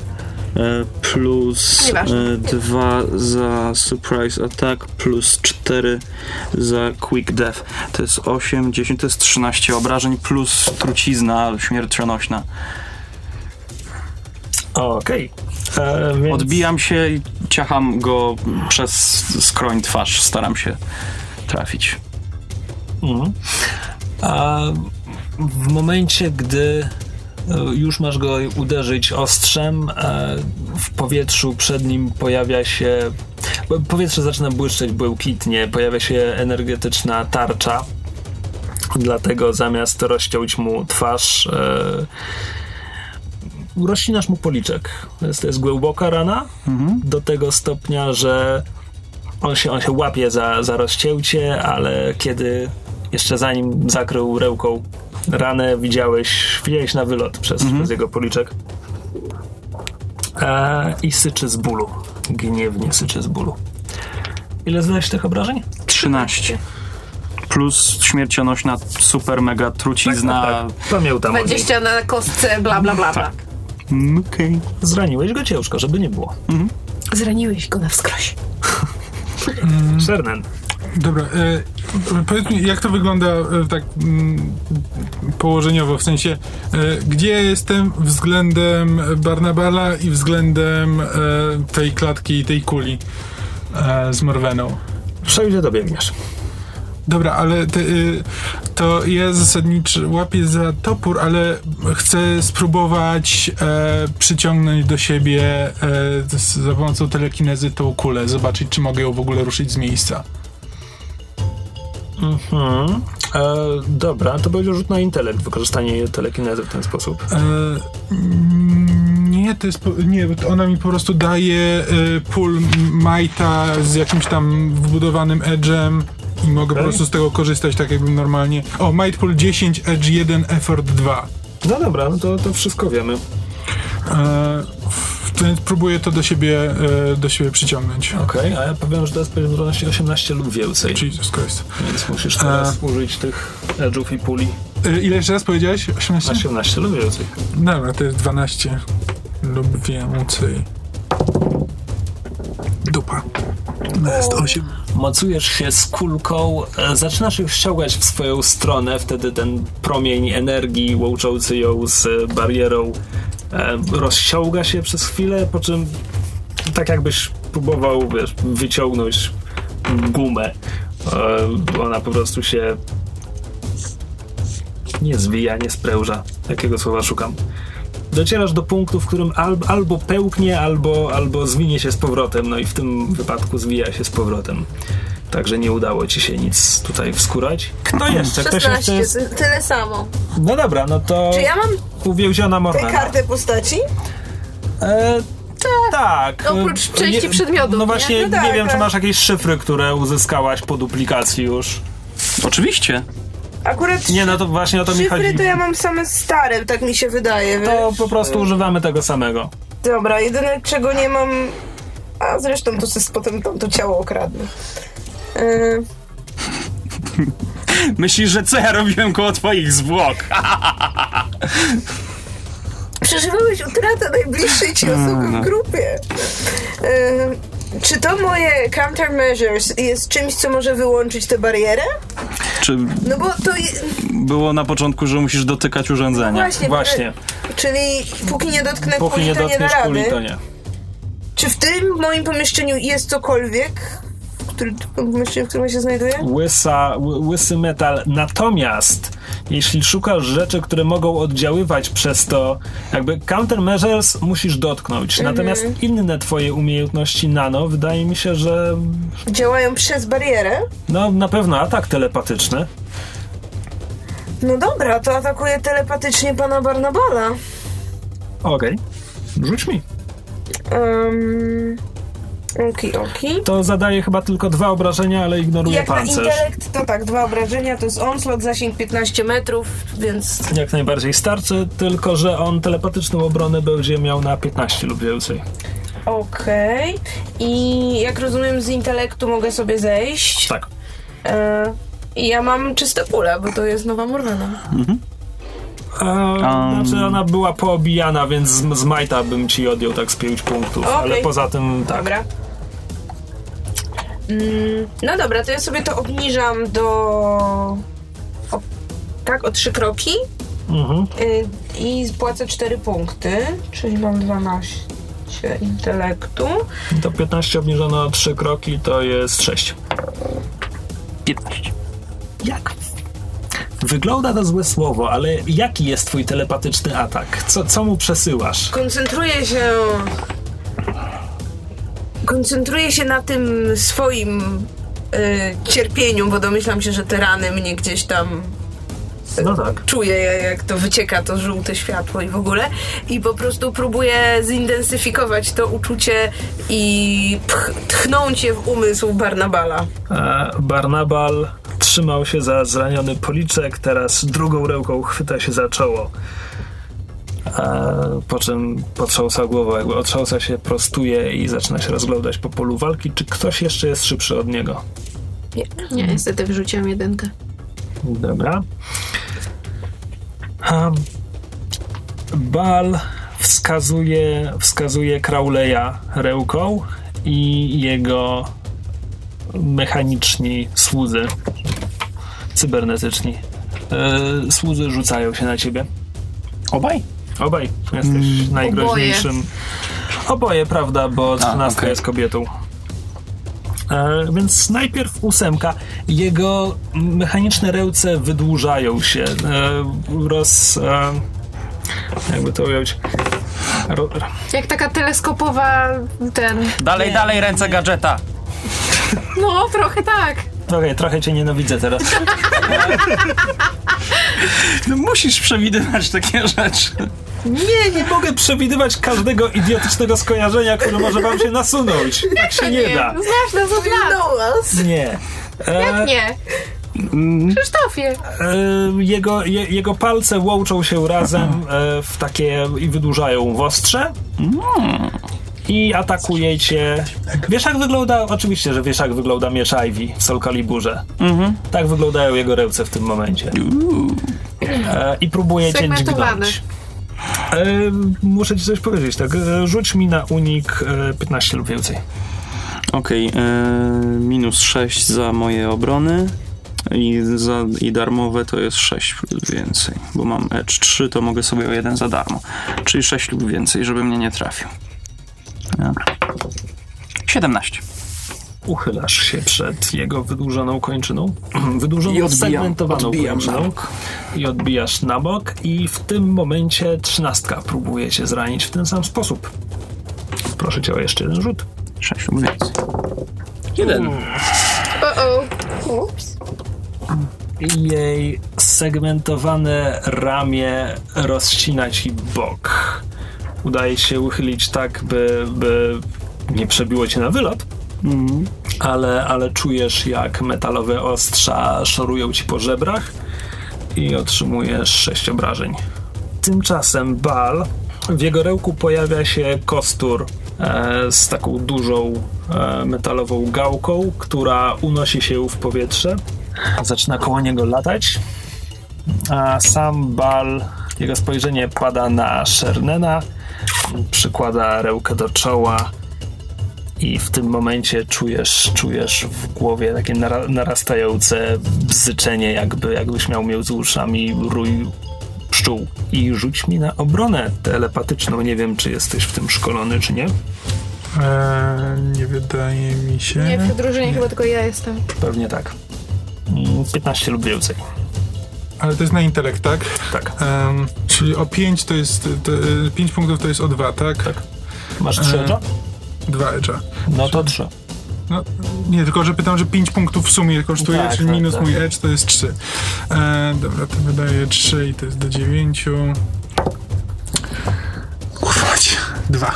Plus 2 za Surprise Attack, plus 4 za Quick Death. To jest 8, 10, to jest 13 obrażeń, plus trucizna śmiercionośna.
Okej. Więc...
Odbijam się i ciacham go przez skroń twarz. Staram się trafić.
A w momencie, gdy już masz go uderzyć ostrzem, w powietrzu przed nim pojawia się... Powietrze zaczyna błyszczeć błękitnie, pojawia się energetyczna tarcza. Dlatego zamiast rozciąć mu twarz, rozcinasz mu policzek. To jest głęboka rana, do tego stopnia, że on się łapie za rozcięcie, ale kiedy jeszcze zanim zakrył ręką ranę, widziałeś na wylot przez jego policzek. I syczy z bólu. Gniewnie syczy z bólu. Ile zadałeś tych obrażeń?
13. Plus śmiercionośna super mega trucizna.
Tak. Pamiętam
20 na kostce, bla bla bla.
Tak.
Okej.
Zraniłeś go ciężko, żeby nie było.
Zraniłeś go na wskroś.
Szernen.
Dobra, powiedz mi, jak to wygląda tak położeniowo, w sensie, gdzie jestem względem Barnabala i względem tej klatki, tej kuli z Morweną?
Wszędzie dobiegniesz.
Dobra, ale to ja zasadniczo łapię za topór, ale chcę spróbować przyciągnąć do siebie za pomocą telekinezy tą kulę, zobaczyć, czy mogę ją w ogóle ruszyć z miejsca.
Dobra, to będzie rzut na intelekt, wykorzystanie telekinezy w ten sposób.
Nie, bo ona mi po prostu daje pól Mighta z jakimś tam wbudowanym edge'em i mogę po prostu z tego korzystać tak jakbym normalnie... O, Might Pool 10, Edge 1, Effort 2.
No dobra, no to wszystko wiemy.
Więc próbuję to do siebie przyciągnąć.
Okej, a ja powiem, że to jest poziom trudności 18 lub więcej.
Jesus Christ.
Więc musisz teraz użyć tych edge'ów i puli.
Ile jeszcze raz powiedziałeś? 18?
18 lub więcej.
Dobra, to jest 12 lub więcej. Dupa. To jest 8.
Mocujesz się z kulką, zaczynasz ją ściągać w swoją stronę, wtedy ten promień energii łączący ją z barierą rozciąga się przez chwilę, po czym tak jakbyś próbował, wyciągnąć gumę. Ona po prostu się nie zwija, nie spręża. Jakiego słowa szukam? Docierasz do punktu, w którym albo pełknie, albo zwinie się z powrotem, no i w tym wypadku zwija się z powrotem. Także nie udało ci się nic tutaj wskórać. Kto jeszcze?
16, jest... tyle samo.
No dobra, no to...
Czy ja mam
uwięziona Morwena.
tę kartę postaci?
Tak.
Oprócz części przedmiotów.
No właśnie,
No tak,
nie wiem,
tak.
czy masz jakieś szyfry, które uzyskałaś po duplikacji już.
Oczywiście.
Akurat
Nie, no to właśnie o to mi chodzi.
szyfry to ja mam same stare, tak mi się wydaje.
To
wiesz?
po prostu używamy tego samego.
Dobra, jedyne czego nie mam... A zresztą to potem to ciało okradnę.
Myślisz, że co ja robiłem koło twoich zwłok?
Przeżywałeś utratę najbliższej ci osoby w grupie. Czy to moje countermeasures jest czymś, co może wyłączyć tę barierę?
Czy
No bo to...
było na początku, że musisz dotykać urządzenia?
Właśnie.
Czyli póki nie dotknę
Póki
kuli,
nie
to nie da
dotkniesz
rady.
kuli, to nie.
Czy w tym moim pomieszczeniu jest cokolwiek? W pomieszczeniu, w którym ja się znajduję?
Łysy metal. Natomiast jeśli szukasz rzeczy, które mogą oddziaływać przez to, jakby countermeasures musisz dotknąć. Natomiast inne twoje umiejętności nano, wydaje mi się, że
Działają przez barierę?
no na pewno atak telepatyczny.
No dobra, to atakuję telepatycznie pana Barnabala.
Okej. Rzuć mi.
Oki.
To zadaje chyba tylko 2 obrażenia, ale ignoruje
Jak na
pancerz.
intelekt, to tak, 2 obrażenia, to jest onslaught, zasięg 15 metrów, więc...
Jak najbardziej starczy, tylko że on telepatyczną obronę będzie miał na 15 lub więcej.
Okej. I jak rozumiem, z intelektu mogę sobie zejść.
Tak.
I ja mam czyste pole, bo to jest nowa Morwena.
Znaczy ona była poobijana, więc z majta bym ci odjął tak z 5 punktów, ale poza tym tak.
Dobra. No dobra, to ja sobie to obniżam o 3 kroki i płacę 4 punkty, czyli mam 12 intelektu.
To 15 obniżone o 3 kroki to jest 6.
15.
Jak? Wygląda to złe słowo, ale jaki jest twój telepatyczny atak? Co mu przesyłasz?
Koncentruję się na tym swoim cierpieniu, bo domyślam się, że te rany mnie gdzieś tam czuję, jak to wycieka to żółte światło i w ogóle. I po prostu próbuję zintensyfikować to uczucie i tchnąć je w umysł Barnabala.
Barnabal trzymał się za zraniony policzek, teraz drugą ręką chwyta się za czoło. Po czym potrząsa głową, jakby otrząsa się, prostuje i zaczyna się rozglądać po polu walki. Czy ktoś jeszcze jest szybszy od niego?
Nie, niestety wyrzuciłam 1.
Dobra. Bal wskazuje Crowley'a ręką i jego mechaniczni słudzy, cybernetyczni słudzy rzucają się na ciebie.
Obaj?
Obaj. Jesteś najgroźniejszym. Oboje, prawda, bo 13 jest kobietą. Więc najpierw 8. Jego mechaniczne ręce wydłużają się. Jakby to ująć?
Jak taka teleskopowa
Dalej, ręce gadżeta.
No, trochę tak.
Trochę cię nienawidzę teraz.
No musisz przewidywać takie rzeczy.
Nie mogę przewidywać każdego idiotycznego skojarzenia, które może wam się nasunąć. Tak się nie da.
Znasz nas od lat.
Nie.
Jak nie? Krzysztofie.
Jego palce łączą się razem w takie i wydłużają w ostrze. I atakuje cię. Wiesz jak wygląda? Oczywiście, że wiesz jak wygląda miecz Ivy w Soul Caliburze. Tak wyglądają jego ręce w tym momencie. I próbuje cię dźgnąć. Muszę ci coś powiedzieć, tak? Rzuć mi na unik 15 lub więcej.
Okej, -6 za moje obrony i darmowe to jest 6 lub więcej, bo mam edge 3, to mogę sobie o 1 za darmo, czyli 6 lub więcej, żeby mnie nie trafił. Dobra. 17.
Uchylasz się przed jego wydłużoną kończyną, wydłużoną, segmentowaną kończyną i odbijasz na bok i w tym momencie 13 próbuje cię zranić w ten sam sposób. Proszę cię o jeszcze jeden rzut.
6 lub więcej. 1.
Ups.
Jej segmentowane ramię rozcina ci bok. Udaje się uchylić tak, by nie przebiło cię na wylot, ale czujesz, jak metalowe ostrza szorują ci po żebrach i otrzymujesz 6 obrażeń. Tymczasem Bal, w jego ręku pojawia się kostur z taką dużą metalową gałką, która unosi się w powietrze. Zaczyna koło niego latać, a sam Bal, jego spojrzenie pada na Shernena, przykłada rękę do czoła i w tym momencie czujesz w głowie takie narastające bzyczenie, jakbyś miał między uszami rój pszczół. I rzuć mi na obronę telepatyczną. Nie wiem, czy jesteś w tym szkolony, czy nie.
Nie wydaje mi się.
Nie, w drużynie chyba tylko ja jestem.
Pewnie tak. 15 lub więcej.
Ale to jest na intelekt, tak?
Tak.
Czyli o 5 to jest... 5 punktów to jest o 2, tak?
Tak. Masz 3 edge'a?
2 edge'a.
No to 3.
No, nie, tylko że pytam, że 5 punktów w sumie kosztuje,
tak,
czyli minus
tak.
mój edge to jest 3. Dobra, to wydaje 3 i to jest do 9. Kurwać. 2.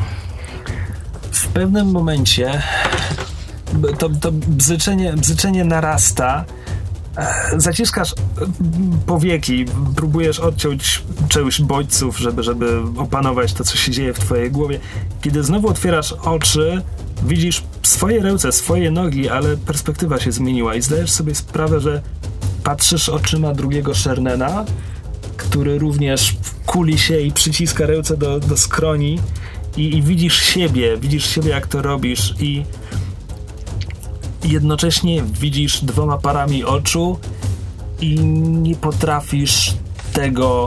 W pewnym momencie to bzyczenie narasta Zaciskasz powieki, próbujesz odciąć czegoś bodźców, żeby opanować to, co się dzieje w twojej głowie. Kiedy znowu otwierasz oczy, widzisz swoje ręce, swoje nogi, ale perspektywa się zmieniła i zdajesz sobie sprawę, że patrzysz oczyma drugiego Shernena, który również kuli się i przyciska ręce do skroni i widzisz siebie, jak to robisz i jednocześnie widzisz 2 parami oczu i nie potrafisz tego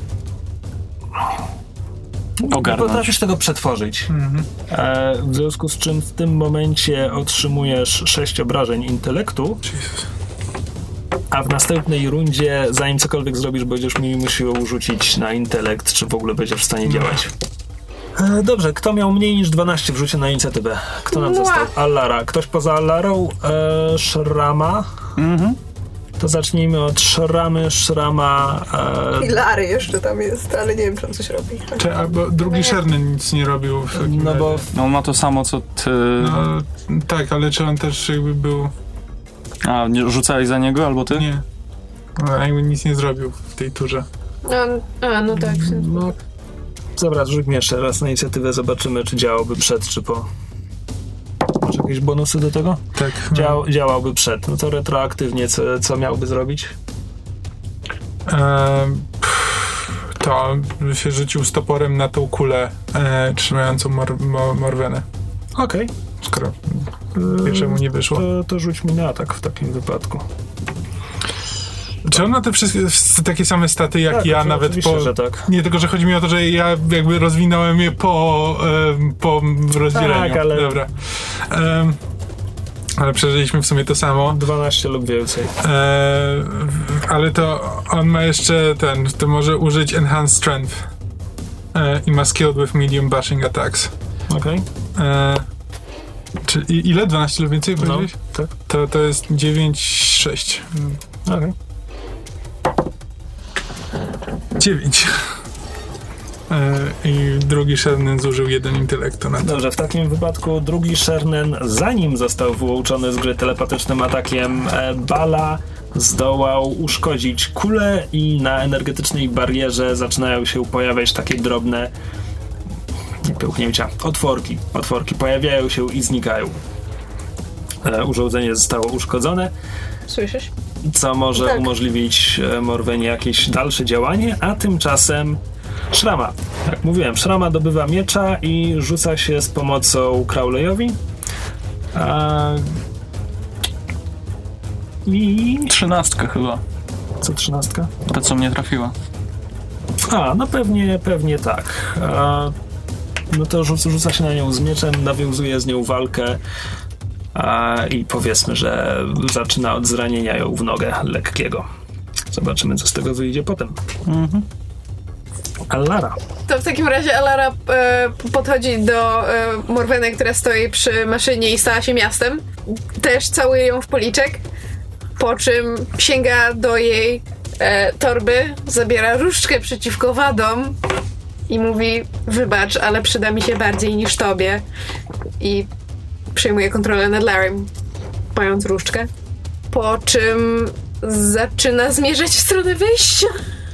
ogarnąć. Nie potrafisz tego przetworzyć. W związku z czym w tym momencie otrzymujesz 6 obrażeń intelektu, a w następnej rundzie, zanim cokolwiek zrobisz, będziesz mi musiał rzucić na intelekt, czy w ogóle będziesz w stanie działać. Dobrze, kto miał mniej niż 12 w rzucie na inicjatywę? Kto nam został? Allara. Ktoś poza Allarą? Szrama? To zacznijmy od Szrama.
I Lary jeszcze tam jest, ale nie wiem, czy on coś robi.
Bo drugi Shernen nic nie robił.
Bo on ma to samo, co ty...
No, tak, ale czy on też jakby był...
A, nie rzucałeś za niego, albo ty?
Nie. No, jakby nic nie zrobił w tej turze.
No tak.
No, dobra, rzućmy jeszcze raz na inicjatywę, zobaczymy, czy działałby przed, czy po. Masz jakieś bonusy do tego?
Tak.
Działałby przed. No to retroaktywnie co miałby zrobić?
To się rzucił z toporem na tą kulę trzymającą Morwenę.
Okej.
Skoro pierwszemu nie wyszło.
To rzuć mi na atak w takim wypadku.
Czy on ma te wszystkie takie same staty jak
tak,
ja, nawet po...
że tak.
Nie, tylko że chodzi mi o to, że ja jakby rozwinąłem je po rozdzieleniu.
Tak, ale...
Dobra. Ale przeżyliśmy w sumie to samo.
12 lub więcej.
Ale to on ma jeszcze to może użyć Enhanced Strength. I ma Skilled with Medium Bashing Attacks.
Okej.
Czyli ile? 12 lub więcej powiedziałeś?
Tak.
To jest 9-6.
Okej.
9. I drugi Shernen zużył 1 intelektu na to.
Dobrze, w takim wypadku drugi Shernen, zanim został wyłączony z gry telepatycznym atakiem Bala, zdołał uszkodzić kulę i na energetycznej barierze zaczynają się pojawiać takie drobne otworki pojawiają się i znikają. Urządzenie zostało uszkodzone.
Słyszysz?
Co może umożliwić Morwenie jakieś dalsze działanie, a tymczasem Szrama. Jak mówiłem, Szrama dobywa miecza i rzuca się z pomocą Crowleyowi. I...
13 chyba.
Co 13?
Ta, co mnie trafiła.
No pewnie tak. No to rzuca się na nią z mieczem, nawiązuje z nią walkę i powiedzmy, że zaczyna od zranienia ją w nogę lekkiego. Zobaczymy, co z tego wyjdzie potem. Allara.
To w takim razie Allara podchodzi do Morweny, która stoi przy maszynie i stała się miastem. Też całuje ją w policzek, po czym sięga do jej torby, zabiera różdżkę przeciwko wadom i mówi: wybacz, ale przyda mi się bardziej niż tobie. I przejmuje kontrolę nad Larrym, mając różdżkę. Po czym zaczyna zmierzać w stronę wyjścia.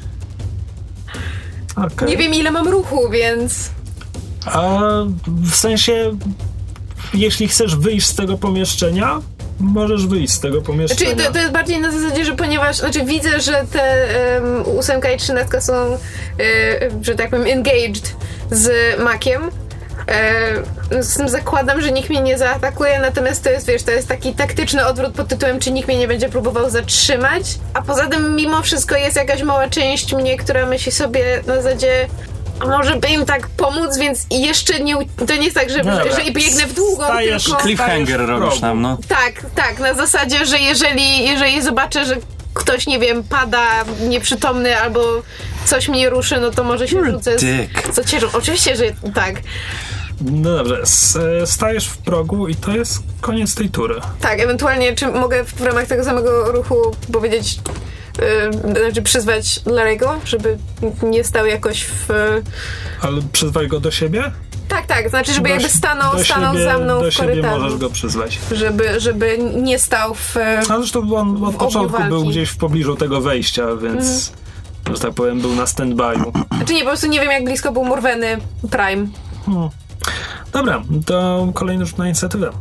Okay.
Nie wiem, ile mam ruchu, więc...
w sensie, jeśli chcesz wyjść z tego pomieszczenia, możesz wyjść z tego pomieszczenia.
Znaczy, to jest bardziej na zasadzie, że ponieważ widzę, że te 8 i 13 są, że tak powiem, engaged z Makiem. Z tym zakładam, że nikt mnie nie zaatakuje, natomiast to jest, to jest taki taktyczny odwrót pod tytułem, czy nikt mnie nie będzie próbował zatrzymać. A poza tym, mimo wszystko jest jakaś mała część mnie, która myśli sobie na zasadzie, a może by im tak pomóc, więc jeszcze nie... To nie jest tak, że jeżeli biegnę w długą, tylko...
Cliffhanger robisz nam, no.
Tak, na zasadzie, że jeżeli zobaczę, że ktoś, nie wiem, pada nieprzytomny albo coś mnie ruszy, no to może się rzucę z ciężą. Oczywiście, że tak.
No dobrze, stajesz w progu i to jest koniec tej tury.
Tak, ewentualnie czy mogę w ramach tego samego ruchu powiedzieć, przyzwać Larry'ego, żeby nie stał jakoś w...
Ale przyzwaj go do siebie?
Tak, znaczy, żeby jakby stanął za mną w korytarzu.
Możesz go przyzwać.
Żeby nie stał w
A zresztą on od początku był gdzieś w pobliżu tego wejścia, więc że tak powiem, był na stand-by'u.
Znaczy nie, po prostu nie wiem, jak blisko był Morweny Prime.
Dobra, to kolejny rzut na inicjatywę.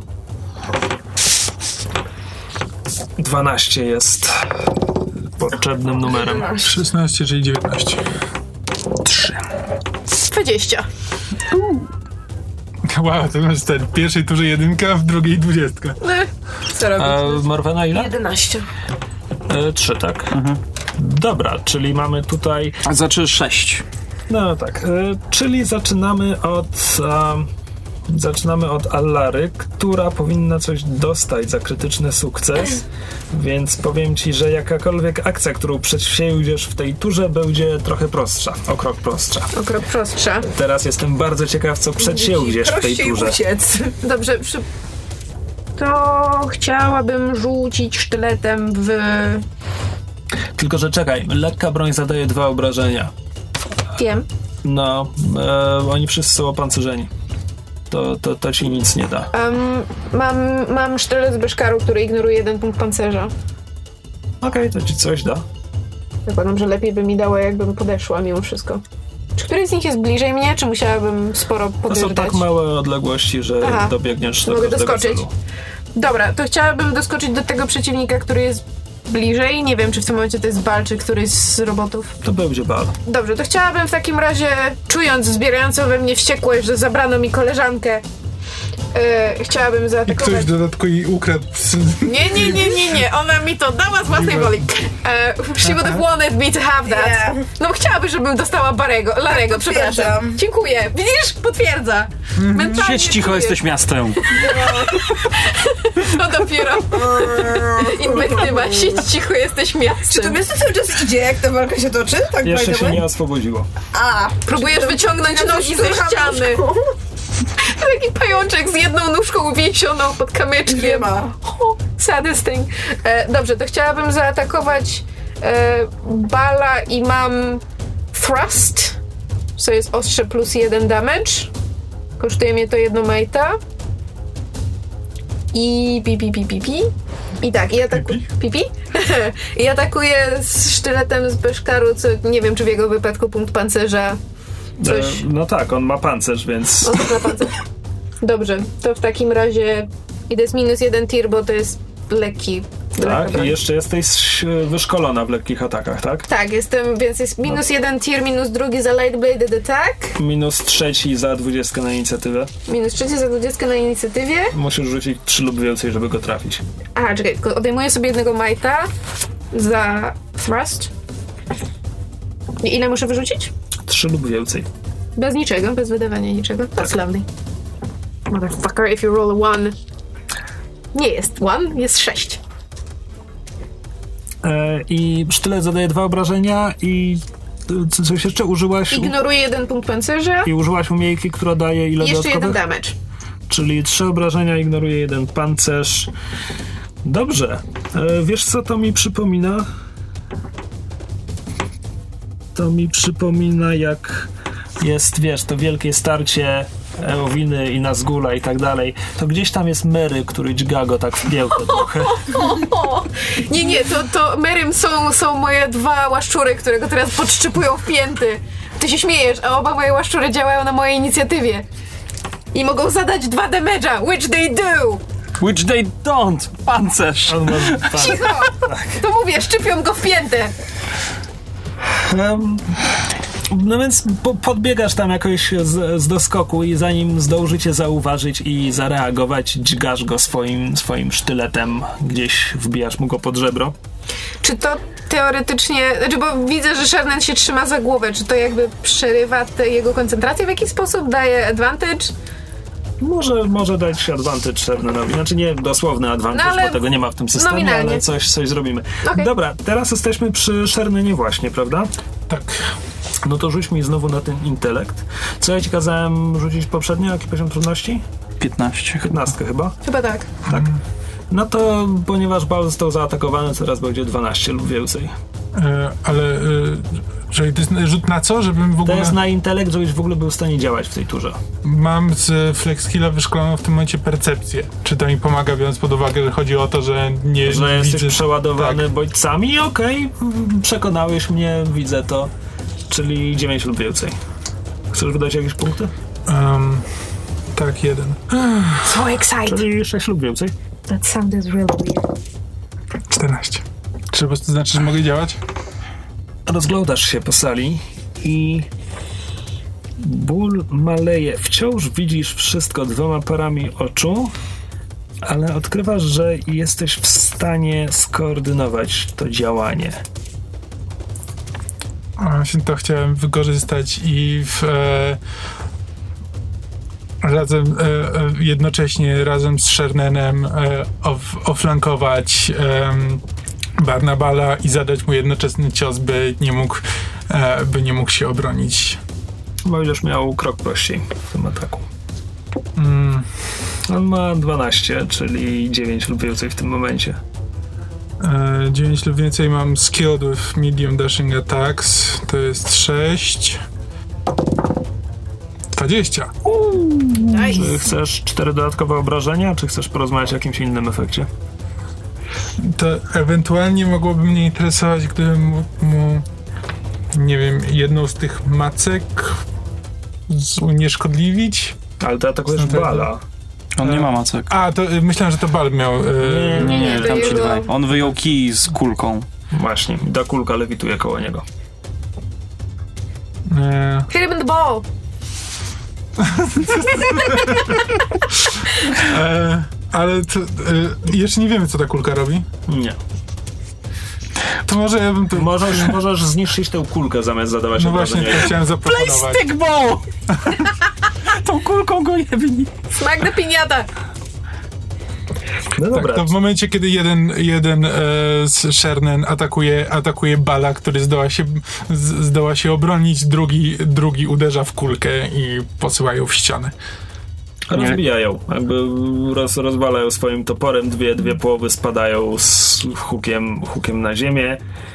12 jest potrzebnym numerem.
16, czyli 19.
3.
20.
Wow, to masz w pierwszej turze 1, a w drugiej 20.
Co robić?
Morwena ile?
11.
3, tak? Dobra, czyli mamy tutaj...
Znaczy 6.
No tak, czyli zaczynamy od Allary, która powinna coś dostać za krytyczny sukces, więc powiem ci, że jakakolwiek akcja, którą przedsięwziesz w tej turze, będzie trochę prostsza, o krok prostsza. Teraz jestem bardzo ciekaw, co przedsięwziesz w tej turze.
Uciec.
Dobrze, to chciałabym rzucić sztyletem w...
Tylko, że czekaj, lekka broń zadaje 2 obrażenia.
Wiem.
No, oni wszyscy są opancerzeni. To ci nic nie da.
Mam sztylet z Beszkaru, który ignoruje 1 punkt pancerza.
Okej, to ci coś da.
Zakładam, że lepiej by mi dało, jakbym podeszła mimo wszystko. Czy któryś z nich jest bliżej mnie, czy musiałabym sporo podjeżdżać?
To są tak małe odległości, że dobiegniesz do
mogę
każdego
doskoczyć.
celu.
Dobra, to chciałabym doskoczyć do tego przeciwnika, który jest bliżej. Nie wiem, czy w tym momencie to jest Bal, czy któryś z robotów.
To będzie Bal.
Dobrze, to chciałabym w takim razie, czując zbierającą we mnie wściekłość, że zabrano mi koleżankę, chciałabym
I
zaatakować...
ktoś w dodatku jej ukradł.
Nie, ona mi to dała z własnej woli. She would have wanted me to have that.
Yeah.
No chciałaby, żebym dostała Larego, przepraszam. Dziękuję. Widzisz? Potwierdza. Mentalnie
Siedź cicho,
czuję.
jesteś miastem.
To dopiero inwektywa. Siedź cicho, jesteś
Czy to
miastem.
miasto cały czas idzie, jak ta walka się toczy? Tak, by
Jeszcze
the
się
way?
nie oswobodziło.
Próbujesz wyciągnąć nogi ze ściany. Taki pajączek z jedną nóżką uwięzioną pod kamyczkiem.
Nie ma.
Oh, saddest thing. Dobrze, to chciałabym zaatakować Bala i mam thrust, co jest ostrze plus 1 damage. Kosztuje mnie to 1 majta. I I tak, i atakuję. I atakuję z sztyletem z Beszkaru, co nie wiem, czy w jego wypadku punkt pancerza. Coś.
No tak, on ma pancerz, więc...
On ma pancerz. Dobrze, to w takim razie i to jest minus 1 tir, bo to jest lekki.
Tak, i jeszcze jesteś wyszkolona w lekkich atakach, tak?
Tak, jestem, więc jest minus 1 tir, minus 2 za light-bladed attack.
Minus 3 za 20 na inicjatywę.
Minus 3 za 20 na inicjatywie.
Musisz rzucić 3 lub więcej, żeby go trafić.
Aha, czekaj, tylko odejmuję sobie 1 majta za thrust. I ile muszę wyrzucić?
3 lub więcej.
Bez niczego, bez wydawania niczego. That's lovely. Motherfucker, if you roll a 1. Nie jest 1, jest 6.
I sztylet zadaje 2 obrażenia i coś jeszcze użyłaś?
Ignoruję 1 punkt pancerza.
I użyłaś umiejki, która daje ile
Jeszcze
dodatkowych?
1 damage.
Czyli 3 obrażenia, ignoruje 1 pancerz. Dobrze. Wiesz co to mi przypomina? To mi przypomina, jak jest, wiesz, to wielkie starcie Eowiny i Nazgula i tak dalej. To gdzieś tam jest Mary, który dźga go tak w piełkę trochę.
Nie, to Merym są moje 2 łaszczury, które go teraz podszczypują w pięty. Ty się śmiejesz, a oba moje łaszczury działają na mojej inicjatywie. I mogą zadać 2 damage'a, which they do!
Which they don't! Pancerz!
On może, tak.
Cicho! To mówię, szczypią go w piętę.
No więc podbiegasz tam jakoś z doskoku i zanim zdążycie zauważyć i zareagować, dźgasz go swoim sztyletem, gdzieś wbijasz mu go pod żebro.
Czy to teoretycznie, znaczy bo widzę, że Shernen się trzyma za głowę, czy to jakby przerywa jego koncentrację w jakiś sposób, daje advantage?
Może dać advantage Shernenowi. Znaczy nie dosłowny advantage,
no,
bo tego nie ma w tym systemie,
nominalnie.
ale coś zrobimy.
Okay.
Dobra, teraz jesteśmy przy Shernenie właśnie, prawda?
Tak.
No to rzuć mi znowu na ten intelekt. Co ja ci kazałem rzucić poprzednio? Jaki poziom trudności?
15.
15 chyba?
Chyba tak.
Tak. No to ponieważ Bal został zaatakowany, teraz będzie 12 lub więcej.
Ale że to jest rzut na co? Żebym w ogóle...
To jest na intelekt, żebyś w ogóle był w stanie działać w tej turze.
Mam z FlexKilla wyszkoloną w tym momencie percepcję. Czy to mi pomaga, biorąc pod uwagę, że chodzi o to, że nie
jesteś
widzę...
przeładowany
tak.
bodźcami? Okej, przekonałeś mnie, widzę to. Czyli 9 lub więcej. Chcesz wydać jakieś punkty?
Tak, 1.
So excited.
Czyli 6 lub więcej.
That sounded really weird.
14. Czy to znaczy, że mogę działać?
Rozglądasz się po sali i ból maleje. Wciąż widzisz wszystko 2 parami oczu, ale odkrywasz, że jesteś w stanie skoordynować to działanie.
Właśnie to chciałem wykorzystać i jednocześnie razem z Shernenem oflankować Barnabala i zadać mu jednoczesny cios, by nie mógł się obronić.
Będziesz miał krok prościej w tym ataku. On ma 12, czyli 9 lub więcej w tym momencie.
9 lub więcej mam skilled with medium dashing attacks. To jest 6. 20.
Nice.
Czy chcesz 4 dodatkowe obrażenia, czy chcesz porozmawiać o jakimś innym efekcie?
To ewentualnie mogłoby mnie interesować, gdybym mu nie wiem, jedną z tych macek unieszkodliwić.
Ale ty atakujesz Bala.
On nie ma macek.
A, to myślałem, że to Bal miał.
Nie, tam ci
jego...
dwaj. On wyjął kij z kulką.
Właśnie, ta kulka lewituje koło niego.
Hit him in the ball.
Ale to, jeszcze nie wiemy, co ta kulka robi.
Nie.
To może ja bym to...
Możesz zniszczyć tę kulkę zamiast zadawać obrażenia.
Właśnie, to chciałem zaproponować.
Stickball! Tą kulką go jebni.
Smack the piñata.
No dobra.
Tak, to w momencie, kiedy jeden z Shernen atakuje Bala, który zdoła się obronić, drugi uderza w kulkę i posyła ją w ścianę.
Rozbijają. Jakby rozwalają swoim toporem, dwie połowy spadają z hukiem na ziemię.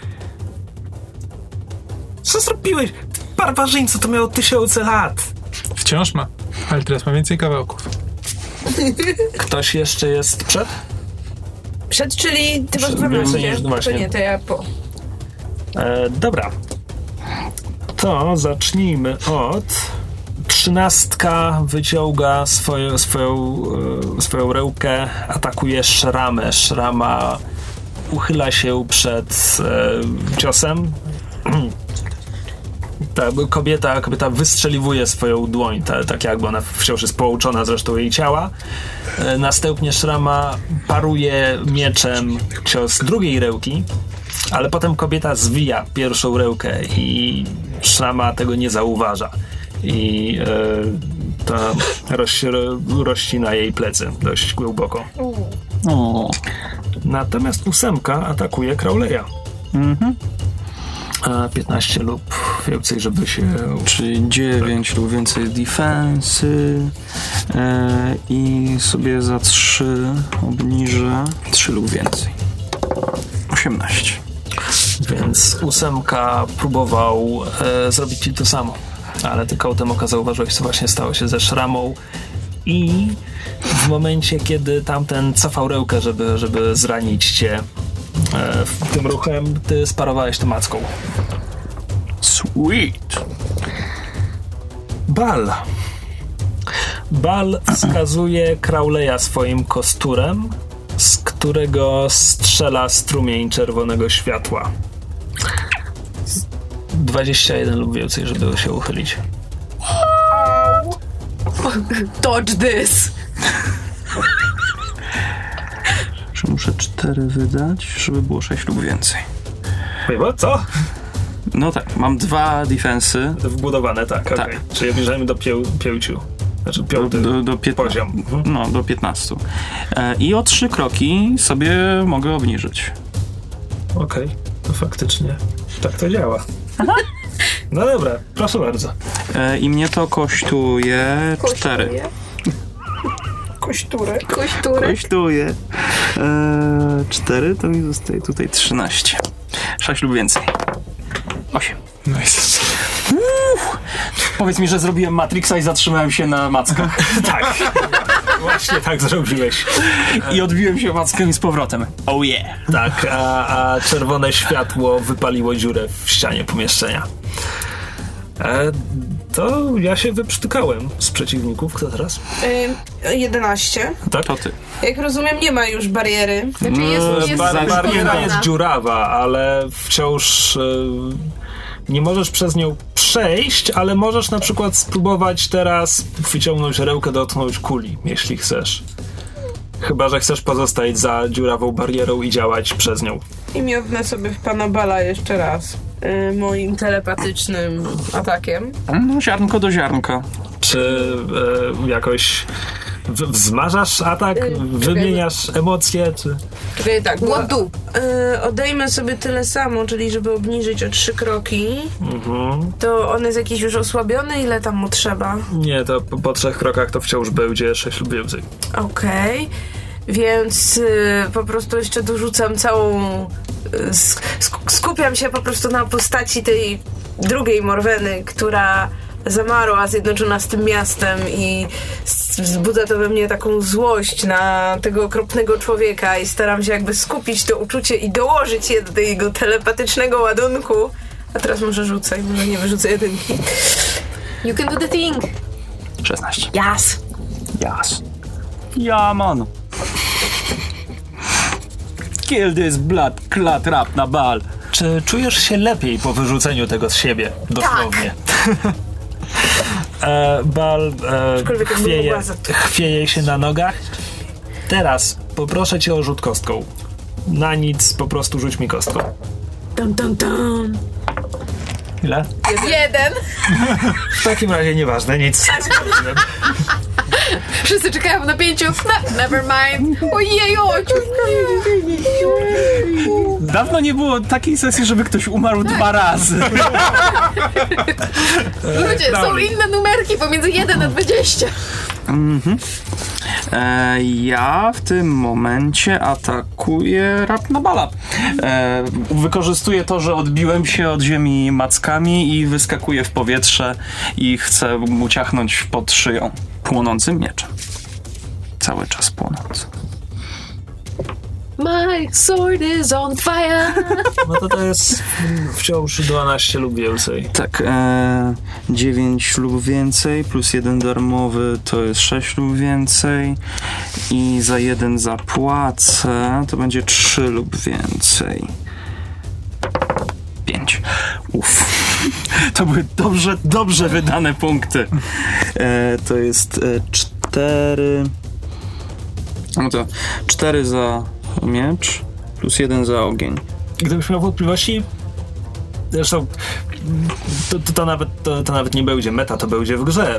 Co zrobiłeś? Barbarzyńco, to miało 1000 lat.
Wciąż ma, ale teraz ma więcej kawałków.
Ktoś jeszcze jest przed?
Przed, czyli ty masz 12. To nie, to ja po.
Dobra. To zacznijmy od... 13 wyciąga swoją rękę, atakuje Szramę. Szrama uchyla się przed ciosem. Ta kobieta wystrzeliwuje swoją dłoń, tak jakby ona wciąż jest połączona z resztą jej ciała. Następnie Szrama paruje mieczem cios drugiej ręki, ale potem kobieta zwija pierwszą rękę i Szrama tego nie zauważa. I ta rozcina jej plecy dość głęboko. Natomiast 8 atakuje Crowleya. 15 lub więcej, żeby się...
Czyli 9 lub więcej defensy i sobie za 3 obniżę 3 lub więcej. 18.
Więc 8 próbował zrobić ci to samo. Ale ty kołtem oka zauważyłeś, co właśnie stało się ze Szramą i w momencie, kiedy tamten cofał rękę, żeby zranić cię tym ruchem, ty sparowałeś to macką.
Sweet.
Bal wskazuje Crowleya swoim kosturem, z którego strzela strumień czerwonego światła. 21 lub więcej, żeby się uchylić.
Dodge this!
Że muszę 4 wydać, żeby było 6 lub więcej.
Co?
No tak, mam 2 defensy.
Wbudowane, tak. Okay. Czyli obniżamy do 5. Znaczy 5
do
poziom.
No, do 15. I o 3 kroki sobie mogę obniżyć.
Okej, to faktycznie tak to działa. No dobra, proszę bardzo.
I mnie to kosztuje 4.
Kośturek.
4, to mi zostaje tutaj 13. 6 lub więcej. 8.
Nice.
Powiedz mi, że zrobiłem Matrixa i zatrzymałem się na mackach.
Tak. Właśnie tak zrobiłeś.
I odbiłem się mackiem z powrotem. Oh yeah.
Tak, a czerwone światło wypaliło dziurę w ścianie pomieszczenia. To ja się wyprztykałem z przeciwników. Kto teraz?
11.
Tak?
To ty.
Jak rozumiem, nie ma już bariery.
Znaczy jest
Bariera jest dziurawa, ale wciąż nie możesz przez nią przejść, ale możesz na przykład spróbować teraz wyciągnąć rękę, dotknąć kuli, jeśli chcesz. Chyba że chcesz pozostać za dziurawą barierą i działać przez nią.
I miodnę sobie w pana Bala jeszcze raz. Moim telepatycznym atakiem.
No, ziarnko do ziarnka.
Czy jakoś wzmażasz atak? Wymieniasz emocje? Czy...
Czekaj, tak.
What do?
Odejmę sobie tyle samo, czyli żeby obniżyć o 3 kroki. To on jest jakiś już osłabiony? Ile tam mu trzeba?
Nie, to po 3 krokach to wciąż będzie 6 lub więcej.
Okej. Więc po prostu jeszcze dorzucam całą... skupiam się po prostu na postaci tej drugiej Morweny, która zamarła, zjednoczona z tym miastem i wzbudza to we mnie taką złość na tego okropnego człowieka i staram się jakby skupić to uczucie i dołożyć je do tego telepatycznego ładunku. A teraz może rzucaj, może nie wyrzucę jedynki.
You can do the thing.
16.
Yes.
Jas. Ja, man. Kill this blood clot rap na bal.
Czy czujesz się lepiej po wyrzuceniu tego z siebie? Dosłownie. Bal chwieje się na nogach. Teraz poproszę cię o rzut kostką. Na nic, po prostu rzuć mi kostką. Ile?
1.
W takim razie nieważne, nic.
Wszyscy czekają w napięciu. No, never mind. Ojej,
Dawno nie było takiej sesji, żeby ktoś umarł 2 razy.
Ludzie, są inne numerki pomiędzy 1 a 20.
Ja w tym momencie atakuję rap na bala. Wykorzystuję to, że odbiłem się od ziemi mackami i wyskakuję w powietrze i chcę mu ciachnąć pod szyją płonącym mieczem. Cały czas płonący.
My sword is on fire.
No to jest wciąż 12 lub więcej.
Tak, 9 lub więcej plus 1 darmowy to jest 6 lub więcej i za 1 zapłacę, to będzie 3 lub więcej. 5. Uff. To były dobrze wydane punkty. To jest 4. No to 4 za miecz plus 1 za ogień.
Gdybyś miał wątpliwości, zresztą to nawet nie będzie meta, to będzie w grze.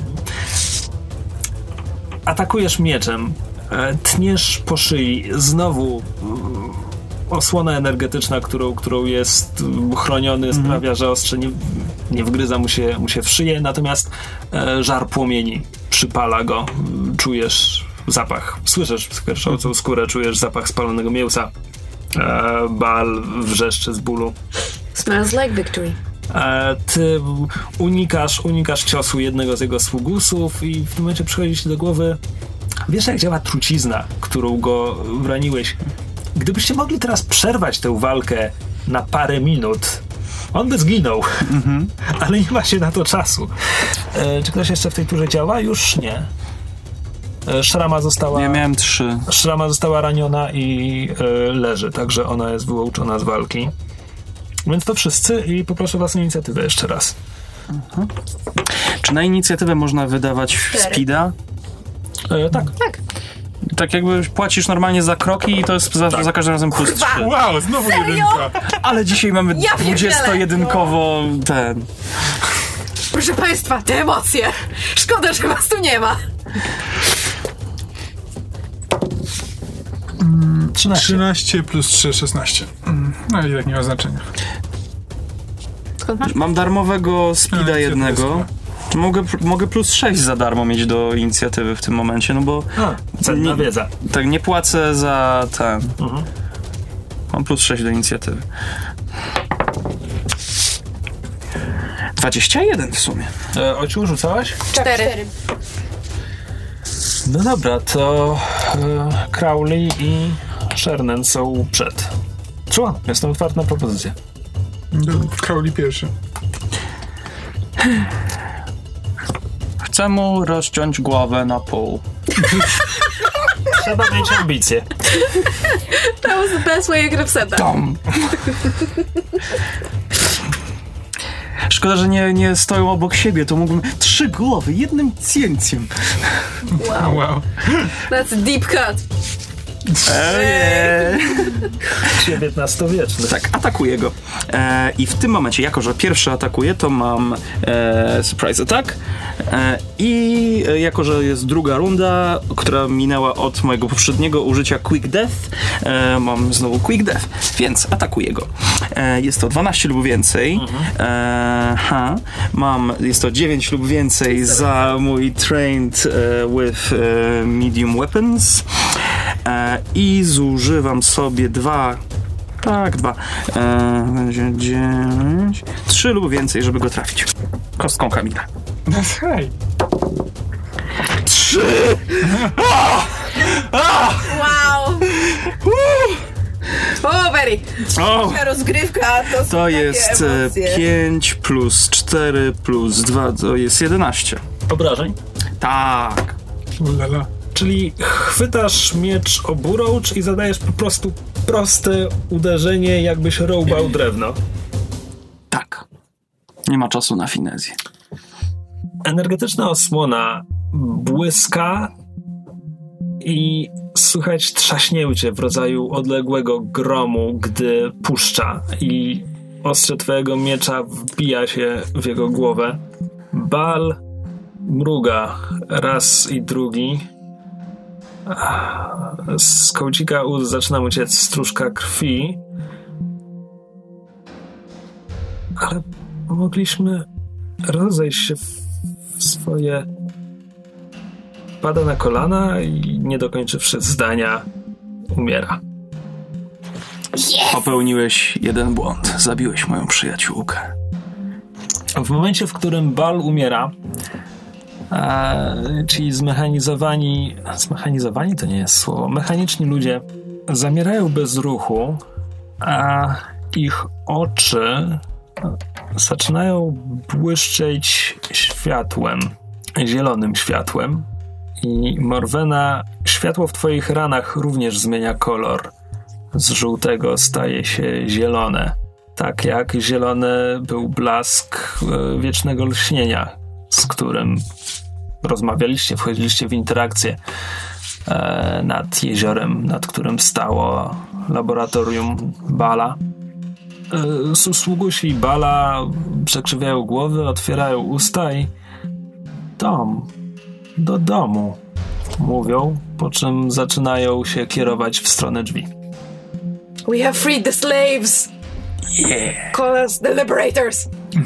Atakujesz mieczem, tniesz po szyi, znowu osłona energetyczna, którą jest chroniony, sprawia, że ostrze nie wgryza mu się w szyję, natomiast żar płomieni przypala go, czujesz zapach, słyszysz skwierczącą skórę, czujesz zapach spalonego mięsa. Bal wrzeszczy z bólu.
Smells like victory.
Ty unikasz ciosu jednego z jego sługusów i w tym momencie przychodzi ci do głowy, wiesz jak działa trucizna, którą go raniłeś. Gdybyście mogli teraz przerwać tę walkę na parę minut, on by zginął, ale nie ma się na to czasu. Czy ktoś jeszcze w tej turze działa? Już nie. Szrama została...
Ja miałem 3.
Szrama została raniona i leży, także ona jest wyłączona z walki. Więc to wszyscy i poproszę was o inicjatywę jeszcze raz.
Czy na inicjatywę można wydawać
4.
speeda?
Tak.
Tak jakby płacisz normalnie za kroki i to jest za każdym razem plus 3.
Wow, znowu jedynka.
Ale dzisiaj mamy
Ja
21-kowo ten...
Proszę państwa, te emocje. Szkoda, że was tu nie ma.
13 plus 3, 16. No i tak nie ma znaczenia.
Skąd masz?
Mam darmowego speeda jednego. Mogę plus 6 za darmo mieć do inicjatywy w tym momencie, no bo...
Cenna wiedza.
Tak, nie płacę za ten... Mam plus 6 do inicjatywy. 21 w sumie.
Ociu, rzucałaś?
4.
No dobra, to Crowley i Shernen są przed. Słucham, jestem otwarty na propozycję.
Crowley pierwszy.
Chcę mu rozciąć głowę na pół.
Trzeba mieć ambicje.
That was the best way you could have said that.
Tom. Szkoda, że nie stoją obok siebie, to mógłbym 3 głowy jednym cięciem.
Wow.
That's a deep cut.
XIX-wieczny.
Tak, atakuję go. I w tym momencie, jako że pierwszy atakuje, to mam surprise attack. I jako że jest druga runda, która minęła od mojego poprzedniego użycia quick death, mam znowu quick death, więc atakuję go. Jest to 12 lub więcej. Jest to 9 lub więcej za mój trained with medium weapons. I zużywam sobie 2. Tak, 2. Będzie 9. 3 lub więcej, żeby go trafić. Kostką Kamila.
Hej.
3!
Wow! O, very!
Ta rozgrywka
To jest
emocje.
5 plus 4 plus 2 to jest 11.
Obrażeń.
Tak.
Ulala.
Czyli chwytasz miecz oburącz i zadajesz po prostu proste uderzenie, jakbyś rąbał drewno.
Tak. Nie ma czasu na finezję.
Energetyczna osłona błyska i słychać trzaśnięcie w rodzaju odległego gromu, gdy puszcza i ostrze twojego miecza wbija się w jego głowę. Bal mruga raz i drugi. Z kącika ust zaczyna mu ciec stróżka krwi. Ale mogliśmy rozejść się w swoje... Pada na kolana i nie dokończywszy zdania umiera.
Popełniłeś jeden błąd. Zabiłeś moją przyjaciółkę.
W momencie, w którym Bal umiera, czyli zmechanizowani to nie jest słowo, mechaniczni ludzie zamierają bez ruchu, a ich oczy zaczynają błyszczeć światłem, zielonym światłem i Morwena, światło w twoich ranach również zmienia kolor. Z żółtego staje się zielone. Tak jak zielony był blask wiecznego lśnienia, z którym rozmawialiście, wchodziliście w interakcję nad jeziorem, nad którym stało laboratorium Bala. Sługusi Bala przekrzywiają głowy, otwierają usta i Tom, do domu, mówią, po czym zaczynają się kierować w stronę drzwi.
We have freed the slaves!
Yeah.
Call us the liberators!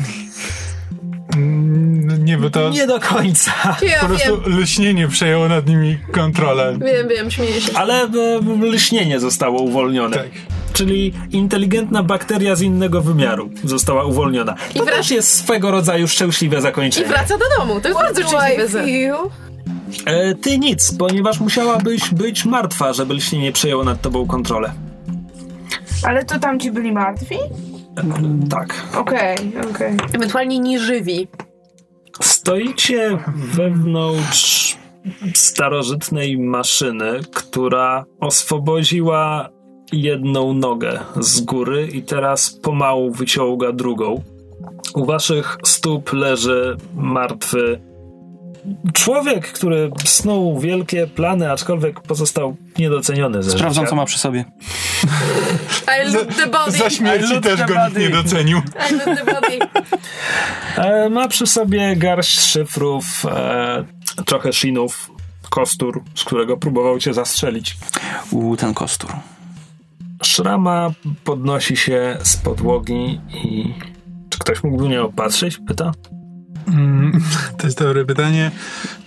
Nie, bo to
Nie do końca.
Ja
po prostu lśnienie przejęło nad nimi kontrolę.
Wiem, śmieję się.
Ale lśnienie zostało uwolnione.
Tak.
Czyli inteligentna bakteria z innego wymiaru została uwolniona. To
I
też jest swego rodzaju szczęśliwe
I
zakończenie.
wraca do domu. To jest bardzo szczęśliwe.
Ty nic, ponieważ musiałabyś być martwa, żeby lśnienie przejęło nad tobą kontrolę.
Ale to tamci byli martwi?
Tak.
Okej.
Ewentualnie nieżywi.
Stoicie wewnątrz starożytnej maszyny, która oswobodziła jedną nogę z góry i teraz pomału wyciąga drugą. U waszych stóp leży martwy człowiek, który snuł wielkie plany, aczkolwiek pozostał niedoceniony ze
Sprawdzam,
życia.
co ma przy sobie.
I loot the body.
Za śmierci też go nikt nie docenił.
I loot the body.
Ma przy sobie garść szyfrów, trochę shinów, kostur, z którego próbował cię zastrzelić.
Ten kostur.
Szrama podnosi się z podłogi i... Czy ktoś mógłby mnie opatrzyć? Pyta.
To jest dobre pytanie.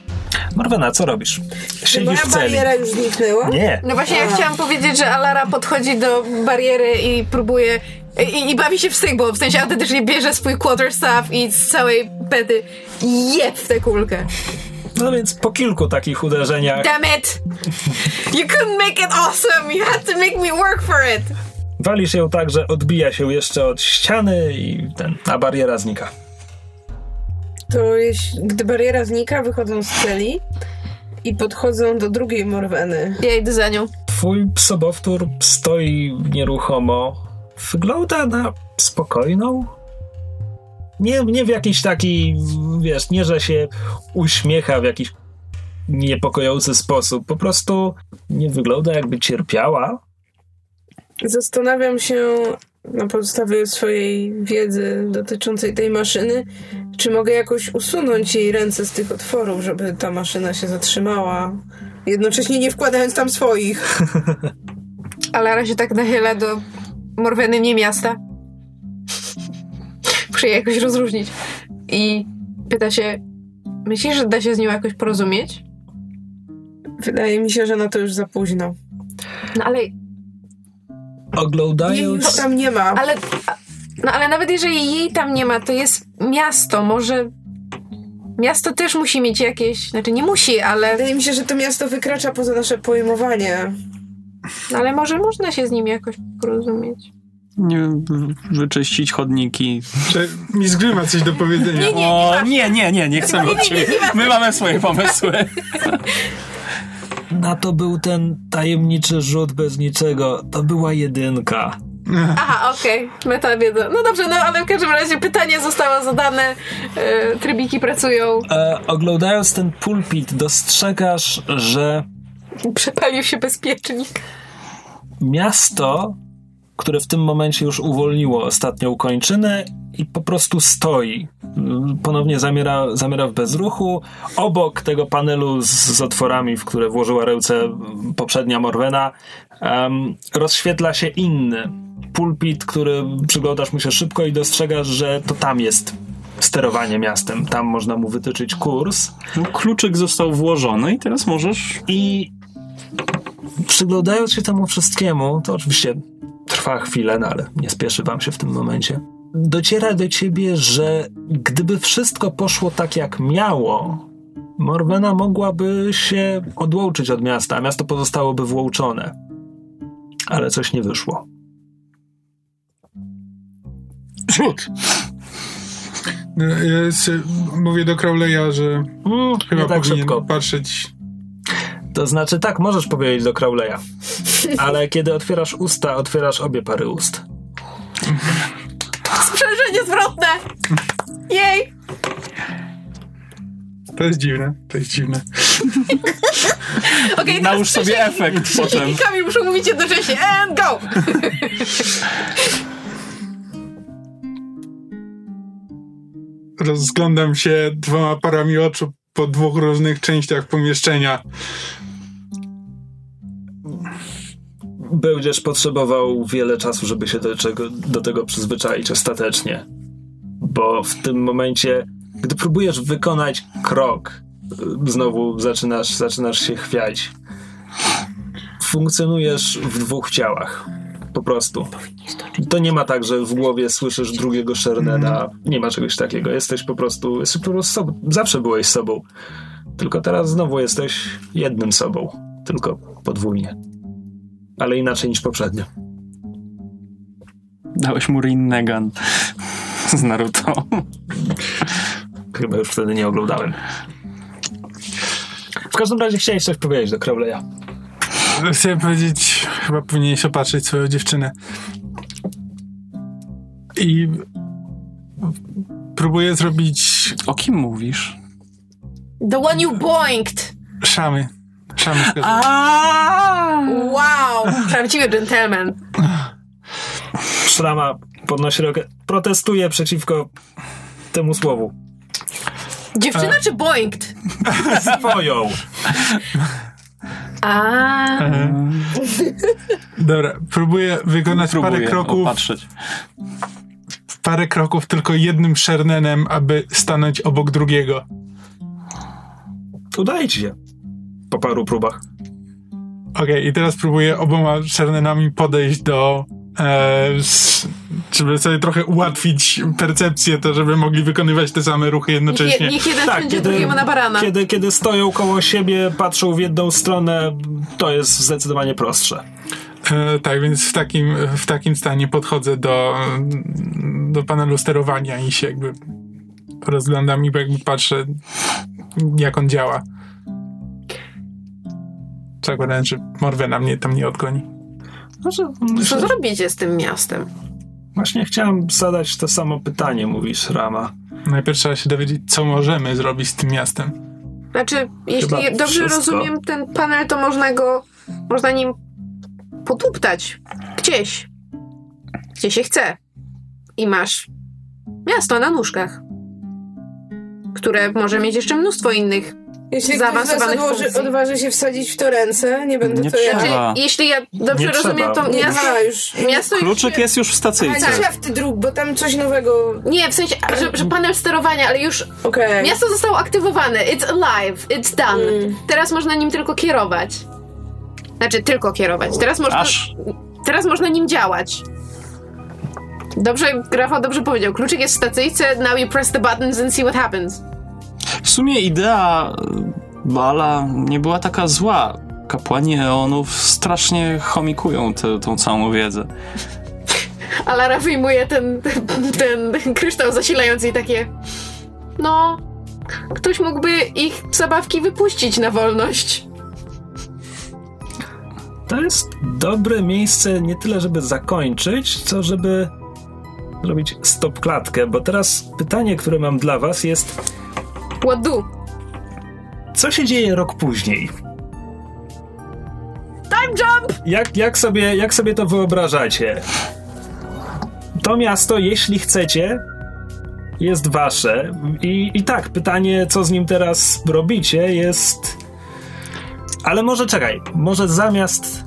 Morwena, co robisz?
Czy moja bariera już zniknęła?
Nie.
No właśnie, ja chciałam powiedzieć, że Alara podchodzi do bariery i próbuje i bawi się w styk, bo w sensie autentycznie bierze swój quarterstaff i z całej pety jeb w tę kulkę.
No więc po kilku takich uderzeniach...
Damn it! You couldn't make it awesome! You had to make me work for it!
Walisz ją tak, że odbija się jeszcze od ściany i a bariera znika.
To gdy bariera znika, wychodzą z celi i podchodzą do drugiej Morweny.
Ja idę za nią.
Twój sobowtór stoi nieruchomo. Wygląda na spokojną. Nie w jakiś taki, wiesz, nie że się uśmiecha w jakiś niepokojący sposób. Po prostu nie wygląda, jakby cierpiała.
Zastanawiam się na podstawie swojej wiedzy dotyczącej tej maszyny, czy mogę jakoś usunąć jej ręce z tych otworów, żeby ta maszyna się zatrzymała, jednocześnie nie wkładając tam swoich.
Alara się tak nachyla do Morweny niemiasta. Muszę je jakoś rozróżnić. I pyta się, myślisz, że da się z nią jakoś porozumieć?
Wydaje mi się, że na to już za późno.
No ale...
Oglądając...
Nic tam nie ma.
Ale nawet jeżeli jej tam nie ma, to jest miasto. Może... Miasto też musi mieć jakieś... Znaczy nie musi, ale...
Wydaje mi się, że to miasto wykracza poza nasze pojmowanie.
No ale może można się z nim jakoś porozumieć.
Nie, wyczyścić chodniki.
Mistrz ma coś do powiedzenia.
Nie chcemy od ciebie. My mamy swoje pomysły.
Na to był ten tajemniczy rzut bez niczego. To była 1.
Aha, okej. Metawiedza. No dobrze, no ale w każdym razie pytanie zostało zadane. Trybiki pracują.
Oglądając ten pulpit dostrzegasz, że
Przepalił się bezpiecznik.
miasto, które w tym momencie już uwolniło ostatnią kończynę i po prostu stoi. Ponownie zamiera w bezruchu. Obok tego panelu z otworami, w które włożyła ręce poprzednia Morwena, rozświetla się inny pulpit, który przyglądasz mu się szybko i dostrzegasz, że to tam jest sterowanie miastem. Tam można mu wytyczyć kurs.
No, kluczyk został włożony i teraz możesz...
I przyglądając się temu wszystkiemu, to oczywiście trwa chwilę, no ale nie spieszy wam się w tym momencie. Dociera do ciebie, że gdyby wszystko poszło tak jak miało, Morwena mogłaby się odłączyć od miasta, a miasto pozostałoby włączone. Ale coś nie wyszło.
Rzut! Mówię do Crowley'a, że chyba
tak
powinien
szybko
patrzeć.
To znaczy tak, możesz powiedzieć do Crowley'a, ale kiedy otwierasz usta, otwierasz obie pary ust.
Sprzężenie zwrotne! Jej!
To jest dziwne.
Okay,
nałóż sobie efekt potem.
I Kamil muszą mówić jednocześnie. And go!
Rozglądam się 2 parami oczu po 2 różnych częściach pomieszczenia.
Będziesz potrzebował wiele czasu, żeby się do tego przyzwyczaić ostatecznie. Bo w tym momencie, gdy próbujesz wykonać krok, znowu zaczynasz się chwiać. Funkcjonujesz w 2 ciałach. Po prostu. To nie ma tak, że w głowie słyszysz drugiego Shernena. Nie ma czegoś takiego. Jesteś po prostu sobą. Zawsze byłeś sobą. Tylko teraz znowu jesteś jednym sobą. Tylko podwójnie. Ale inaczej niż poprzednio.
Dałeś mu Rinnegan z Naruto.
Chyba już wtedy nie oglądałem. W każdym razie chciałeś coś powiedzieć do Crowley'a.
Chcę powiedzieć, chyba powinieneś opatrzyć swoją dziewczynę. I próbuję zrobić...
O kim mówisz?
The one you boinked!
Szamy
Wow! Prawdziwy gentleman.
Szrama podnosi rękę. Protestuje przeciwko temu słowu.
Dziewczyna czy boinked?
Swoją.
Dobra, próbuję wykonać parę kroków tylko jednym Shernenem, aby stanąć obok drugiego.
udaje ci się. Po paru próbach.
Okej, i teraz próbuję oboma Shernenami podejść do... żeby sobie trochę ułatwić percepcję, to żeby mogli wykonywać te same ruchy jednocześnie.
Niech jeden wsiądzie drugiemu na barana.
Kiedy stoją koło siebie, patrzą w jedną stronę, to jest zdecydowanie prostsze.
Tak, więc w takim stanie podchodzę do panelu sterowania i się jakby rozglądam i jakby patrzę, jak on działa. Zakładając, że Morwena mnie tam nie odgoni.
Co zrobicie z tym miastem?
Właśnie chciałem zadać to samo pytanie, mówisz, Rama.
Najpierw trzeba się dowiedzieć, co możemy zrobić z tym miastem.
Znaczy, jeśli dobrze rozumiem ten panel, to można nim potuptać gdzieś, gdzie się chce. I masz miasto na nóżkach, które może mieć jeszcze mnóstwo innych
jeśli zaawansowanych funkcji. Odważy się wsadzić w to ręce, nie będę to ja.
Jeśli ja dobrze rozumiem, to miasto
kluczyk jest już w stacyjce.
Ale trzeba w ty druk, bo tam coś nowego...
Nie, w sensie, że panel sterowania, ale już miasto zostało aktywowane. It's alive, it's done. Teraz można nim tylko kierować. Znaczy, tylko kierować. Teraz można nim działać. Dobrze, Rafał dobrze powiedział. Kluczyk jest w stacyjce, now you press the buttons and see what happens.
W sumie idea Bala nie była taka zła. Kapłani Eonów strasznie chomikują tą całą wiedzę.
A Lara wyjmuje ten kryształ zasilający i takie... No, ktoś mógłby ich zabawki wypuścić na wolność.
To jest dobre miejsce nie tyle, żeby zakończyć, co żeby zrobić stop klatkę, bo teraz pytanie, które mam dla was jest...
What do?
Co się dzieje rok później?
Time jump!
Jak sobie to wyobrażacie? To miasto, jeśli chcecie, jest wasze. I tak, pytanie, co z nim teraz robicie, jest... Ale może czekaj, może zamiast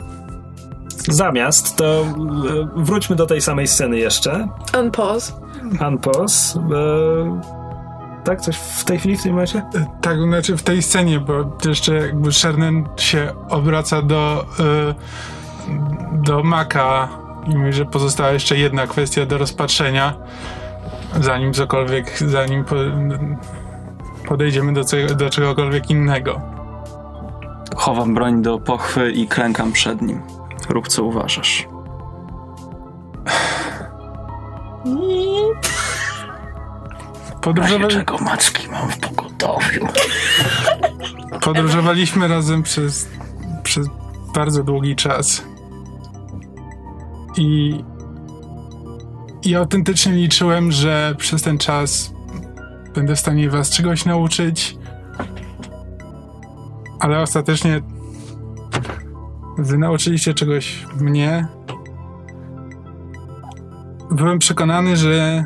to wróćmy do tej samej sceny jeszcze. Unpause. Tak? Coś w tej chwili, w tym momencie?
Tak, znaczy w tej scenie, bo jeszcze jakby Shernen się obraca do Maka i mówi, że pozostała jeszcze jedna kwestia do rozpatrzenia, zanim podejdziemy do czegokolwiek innego.
Chowam broń do pochwy i klękam przed nim. Rób co uważasz. Czego maczki mam w pogotowiu?
Podróżowaliśmy razem przez bardzo długi czas. I autentycznie liczyłem, że przez ten czas będę w stanie was czegoś nauczyć. Ale ostatecznie wy nauczyliście czegoś mnie. Byłem przekonany, że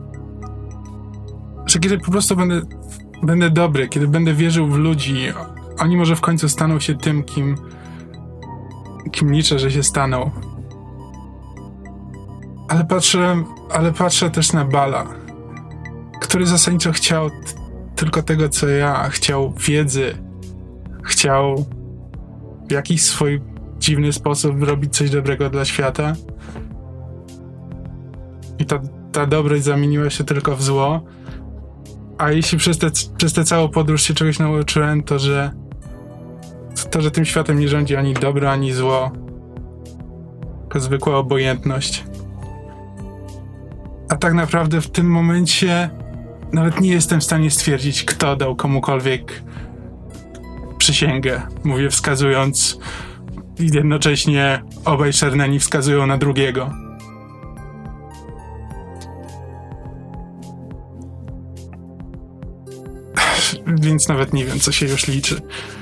kiedy po prostu będę dobry, kiedy będę wierzył w ludzi, oni może w końcu staną się tym, kim liczę, że się staną. Ale patrzę też na Bala, który zasadniczo chciał tylko tego, co ja. Chciał wiedzy. Chciał w jakiś swój dziwny sposób robić coś dobrego dla świata. I ta dobroć zamieniła się tylko w zło. A jeśli przez tę całą podróż się czegoś nauczyłem, to że tym światem nie rządzi ani dobro, ani zło. Tylko zwykła obojętność. A tak naprawdę w tym momencie nawet nie jestem w stanie stwierdzić, kto dał komukolwiek przysięgę. Mówię wskazując i jednocześnie obaj Sherneni wskazują na drugiego. Więc nawet nie wiem, co się już liczy.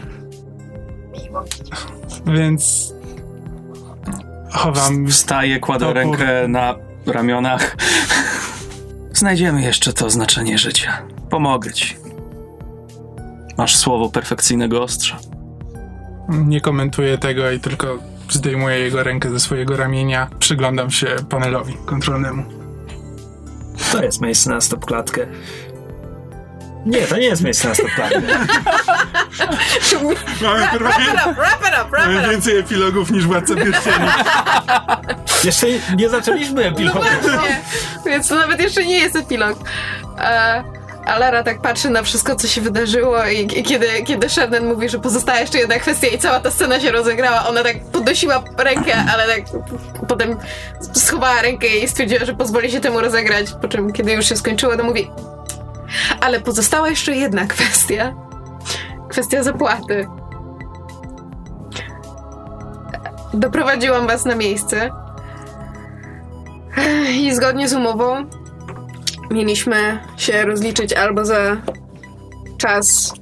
Więc chowam...
Wstaję, kładę rękę na ramionach. Znajdziemy jeszcze to znaczenie życia. Pomogę ci. Masz słowo perfekcyjnego ostrza.
Nie komentuję tego i tylko zdejmuję jego rękę ze swojego ramienia. Przyglądam się panelowi kontrolnemu.
To jest miejsce na stopklatkę. Nie, to nie jest miejsce na stopplanie.
Mamy więcej epilogów niż Władca Pierścieni.
Jeszcze nie zaczęliśmy epilogu.
No właśnie, więc to nawet jeszcze nie jest epilog. A Lara tak patrzy na wszystko, co się wydarzyło i kiedy Shernen mówi, że pozostała jeszcze jedna kwestia i cała ta scena się rozegrała, ona tak podnosiła rękę, ale tak potem schowała rękę i stwierdziła, że pozwoli się temu rozegrać, po czym kiedy już się skończyło, to mówi: ale pozostała jeszcze jedna kwestia. Kwestia zapłaty. Doprowadziłam was na miejsce i zgodnie z umową mieliśmy się rozliczyć albo za czas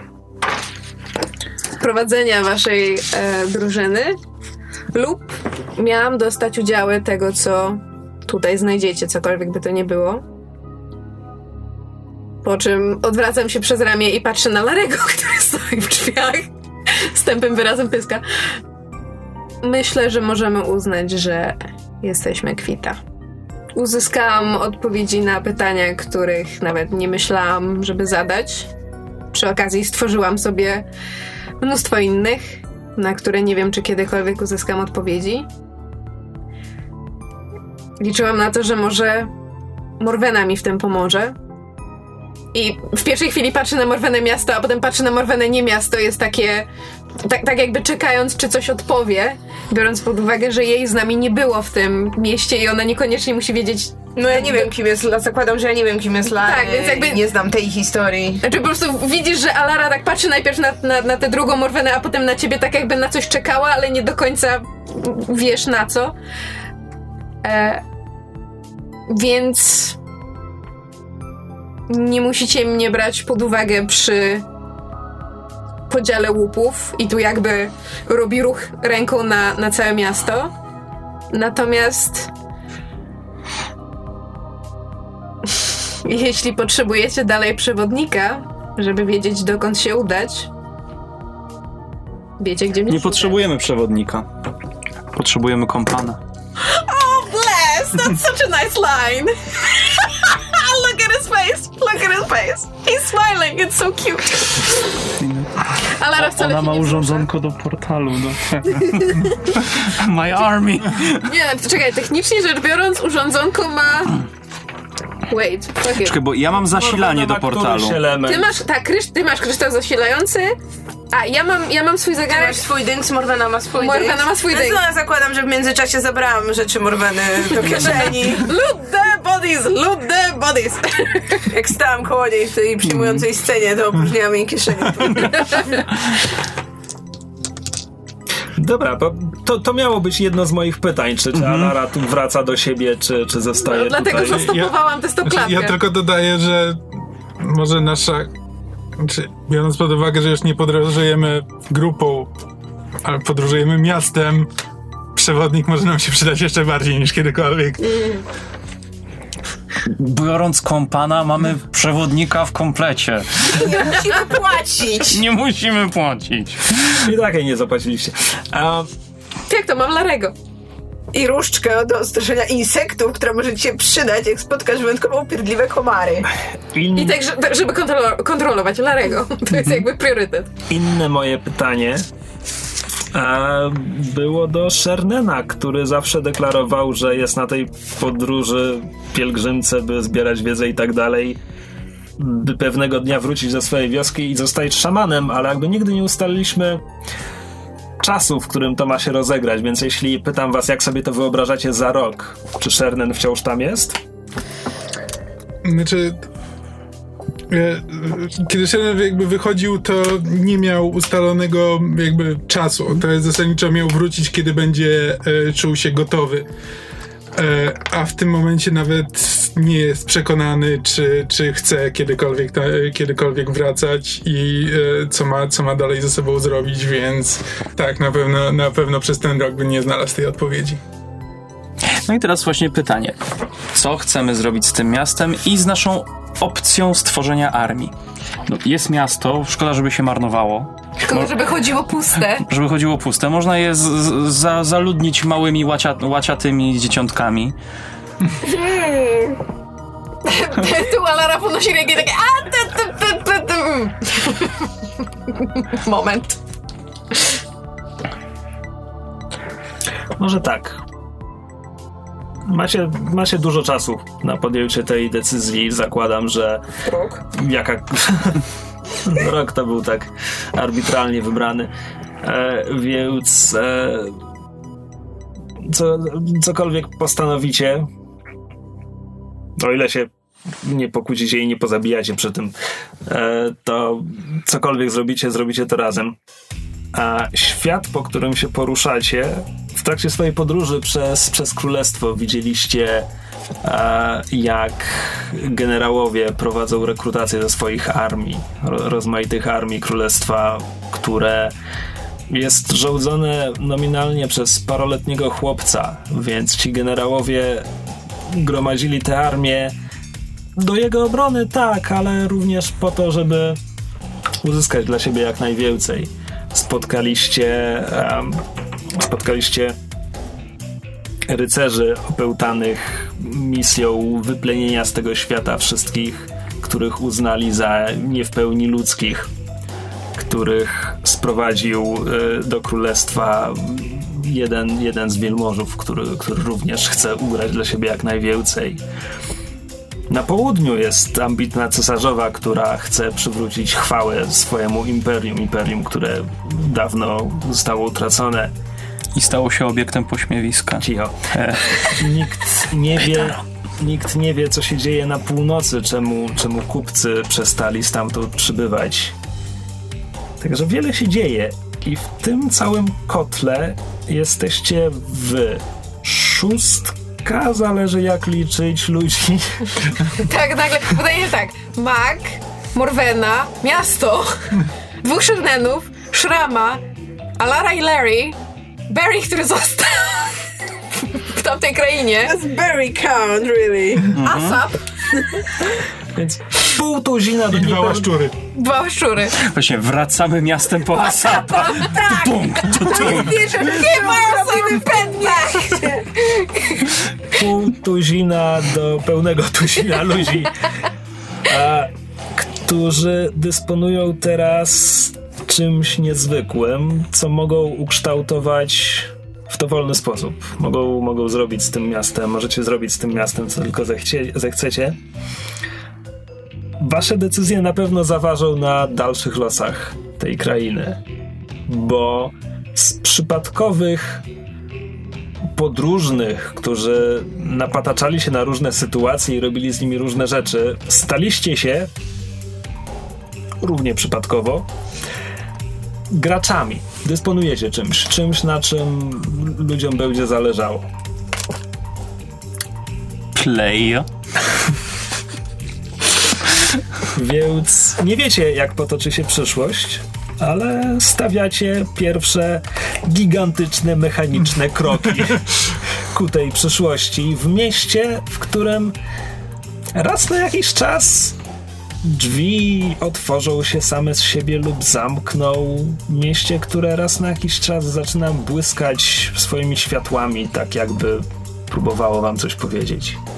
prowadzenia waszej drużyny, lub miałam dostać udziały tego, co tutaj znajdziecie, cokolwiek by to nie było. Po czym odwracam się przez ramię i patrzę na Larego, który stoi w drzwiach z tępym wyrazem pyska. Myślę, że możemy uznać, że jesteśmy kwita. Uzyskałam odpowiedzi na pytania, których nawet nie myślałam, żeby zadać. Przy okazji stworzyłam sobie mnóstwo innych, na które nie wiem, czy kiedykolwiek uzyskam odpowiedzi. Liczyłam na to, że może Morwena mi w tym pomoże. I w pierwszej chwili patrzę na Morwenę miasto, a potem patrzę na Morwenę nie miasto. Jest takie... Tak jakby czekając, czy coś odpowie, biorąc pod uwagę, że jej z nami nie było w tym mieście i ona niekoniecznie musi wiedzieć...
No ja nie wiem, kim jest Lara. Zakładam, że ja nie wiem, kim jest Lara.
Tak, więc jakby...
Nie znam tej historii.
Znaczy po prostu widzisz, że Alara tak patrzy najpierw na tę drugą Morwenę, a potem na ciebie, tak jakby na coś czekała, ale nie do końca wiesz na co. Więc... nie musicie mnie brać pod uwagę przy podziale łupów i tu jakby robi ruch ręką na całe miasto. Natomiast jeśli potrzebujecie dalej przewodnika, żeby wiedzieć, dokąd się udać, wiecie, gdzie mnie
Nie
szukać.
potrzebujemy przewodnika. Potrzebujemy kompana.
Oh, bless! That's such a nice line! Look at his face! Look at his face! He's smiling! It's so cute! A Lara wcale
Ona ma
się nie
urządzonko do portalu. My army!
Nie, to czekaj, technicznie rzecz biorąc, urządzonko ma... Wait, okay.
Czekaj, bo ja mam zasilanie do portalu.
Ty masz kryształ zasilający, a ja mam swój zegarek.
Masz swój dynks, Morwena ma swój
Morwena
dynks.
ma swój dynks.
No ja zakładam, że w międzyczasie zabrałam rzeczy Morweny do kieszeni.
Loot the bodies! Loot the bodies!
Jak stałam koło niej w tej przyjmującej scenie, to opróżniałam jej kieszeni.
Dobra, bo to miało być jedno z moich pytań, czy Alara tu wraca do siebie, czy zostaje
No, dlatego
tutaj.
zastopowałam tę stopklatkę.
Ja tylko dodaję, że może nasza... Znaczy, biorąc pod uwagę, że już nie podróżujemy grupą, ale podróżujemy miastem, przewodnik może nam się przydać jeszcze bardziej niż kiedykolwiek.
Biorąc kompana, mamy przewodnika w komplecie.
Nie musimy płacić.
Nie musimy płacić.
I tak jej nie zapłaciliście.
Jak to, mam Larego.
I różdżkę do straszenia insektów, która może ci się przydać, jak spotkasz wyjątkowo upierdliwe komary.
I tak, żeby kontrolować Larego. To jest jakby priorytet.
Inne moje pytanie było do Shernena, który zawsze deklarował, że jest na tej podróży pielgrzymce, by zbierać wiedzę i tak dalej, by pewnego dnia wrócić do swojej wioski i zostać szamanem, ale jakby nigdy nie ustaliliśmy czasu, w którym to ma się rozegrać, więc jeśli pytam was, jak sobie to wyobrażacie za rok, czy Shernen wciąż tam jest?
Znaczy... Kiedy Shernen jakby wychodził, to nie miał ustalonego jakby czasu. To jest zasadniczo miał wrócić, kiedy będzie czuł się gotowy. A w tym momencie nawet nie jest przekonany, czy chce kiedykolwiek wracać i co ma dalej ze sobą zrobić, więc tak, na pewno przez ten rok by nie znalazł tej odpowiedzi.
No i teraz właśnie pytanie. Co chcemy zrobić z tym miastem i z naszą opcją stworzenia armii? No, jest miasto, szkoda, żeby się marnowało.
Tylko żeby chodziło puste.
Żeby chodziło puste. Można je zaludnić małymi łaciatymi dzieciątkami.
Tu Alara podnosi rękę i takie moment.
Może tak. Macie dużo czasu na podjęcie tej decyzji. Zakładam, że
Rok.
Rok to był tak arbitralnie wybrany. Więc cokolwiek postanowicie, o ile się nie pokłócicie i nie pozabijacie przy tym, to cokolwiek zrobicie to razem. A świat, po którym się poruszacie, w trakcie swojej podróży przez królestwo widzieliście, jak generałowie prowadzą rekrutację do swoich armii, rozmaitych armii królestwa, które jest rządzone nominalnie przez paroletniego chłopca, więc ci generałowie gromadzili te armie do jego obrony, tak, ale również po to, żeby uzyskać dla siebie jak najwięcej. Spotkaliście rycerzy opełtanych misją wyplenienia z tego świata wszystkich, których uznali za nie w pełni ludzkich, których sprowadził do królestwa jeden z wielmożów, który również chce ugrać dla siebie jak najwięcej. Na południu jest ambitna cesarzowa, która chce przywrócić chwałę swojemu imperium, które dawno zostało utracone.
I stało się obiektem pośmiewiska.
Cicho. Nikt nie wie, co się dzieje na północy, czemu kupcy przestali stamtąd przybywać. Także wiele się dzieje i w tym całym kotle jesteście wy. Szóstka, zależy jak liczyć ludzi.
Tak, nagle wydaje się tak. Mag, Morwena, miasto, 2 Shirnenów, Shrama, Alara i Larry, Barry, który został w tamtej krainie.
That's very count, really.
Asap.
Więc pół tuzina do
2 łaszczury.
2 szczury.
Właśnie wracamy miastem po Asapa.
Tak! Nie ma osoby pędach!
Pół tuzina do pełnego tuzina ludzi, którzy dysponują teraz czymś niezwykłym, co mogą ukształtować w dowolny sposób. Mogą zrobić z tym miastem, możecie zrobić z tym miastem, co tylko zechcecie. Wasze decyzje na pewno zaważą na dalszych losach tej krainy, bo z przypadkowych podróżnych, którzy napataczali się na różne sytuacje i robili z nimi różne rzeczy, staliście się równie przypadkowo graczami. Dysponujecie czymś, na czym ludziom będzie zależało.
Play.
Więc nie wiecie, jak potoczy się przyszłość, ale stawiacie pierwsze gigantyczne, mechaniczne kroki ku tej przyszłości w mieście, w którym raz na jakiś czas drzwi otworzą się same z siebie lub zamkną. Mieście, które raz na jakiś czas zaczyna błyskać swoimi światłami, tak jakby próbowało wam coś powiedzieć.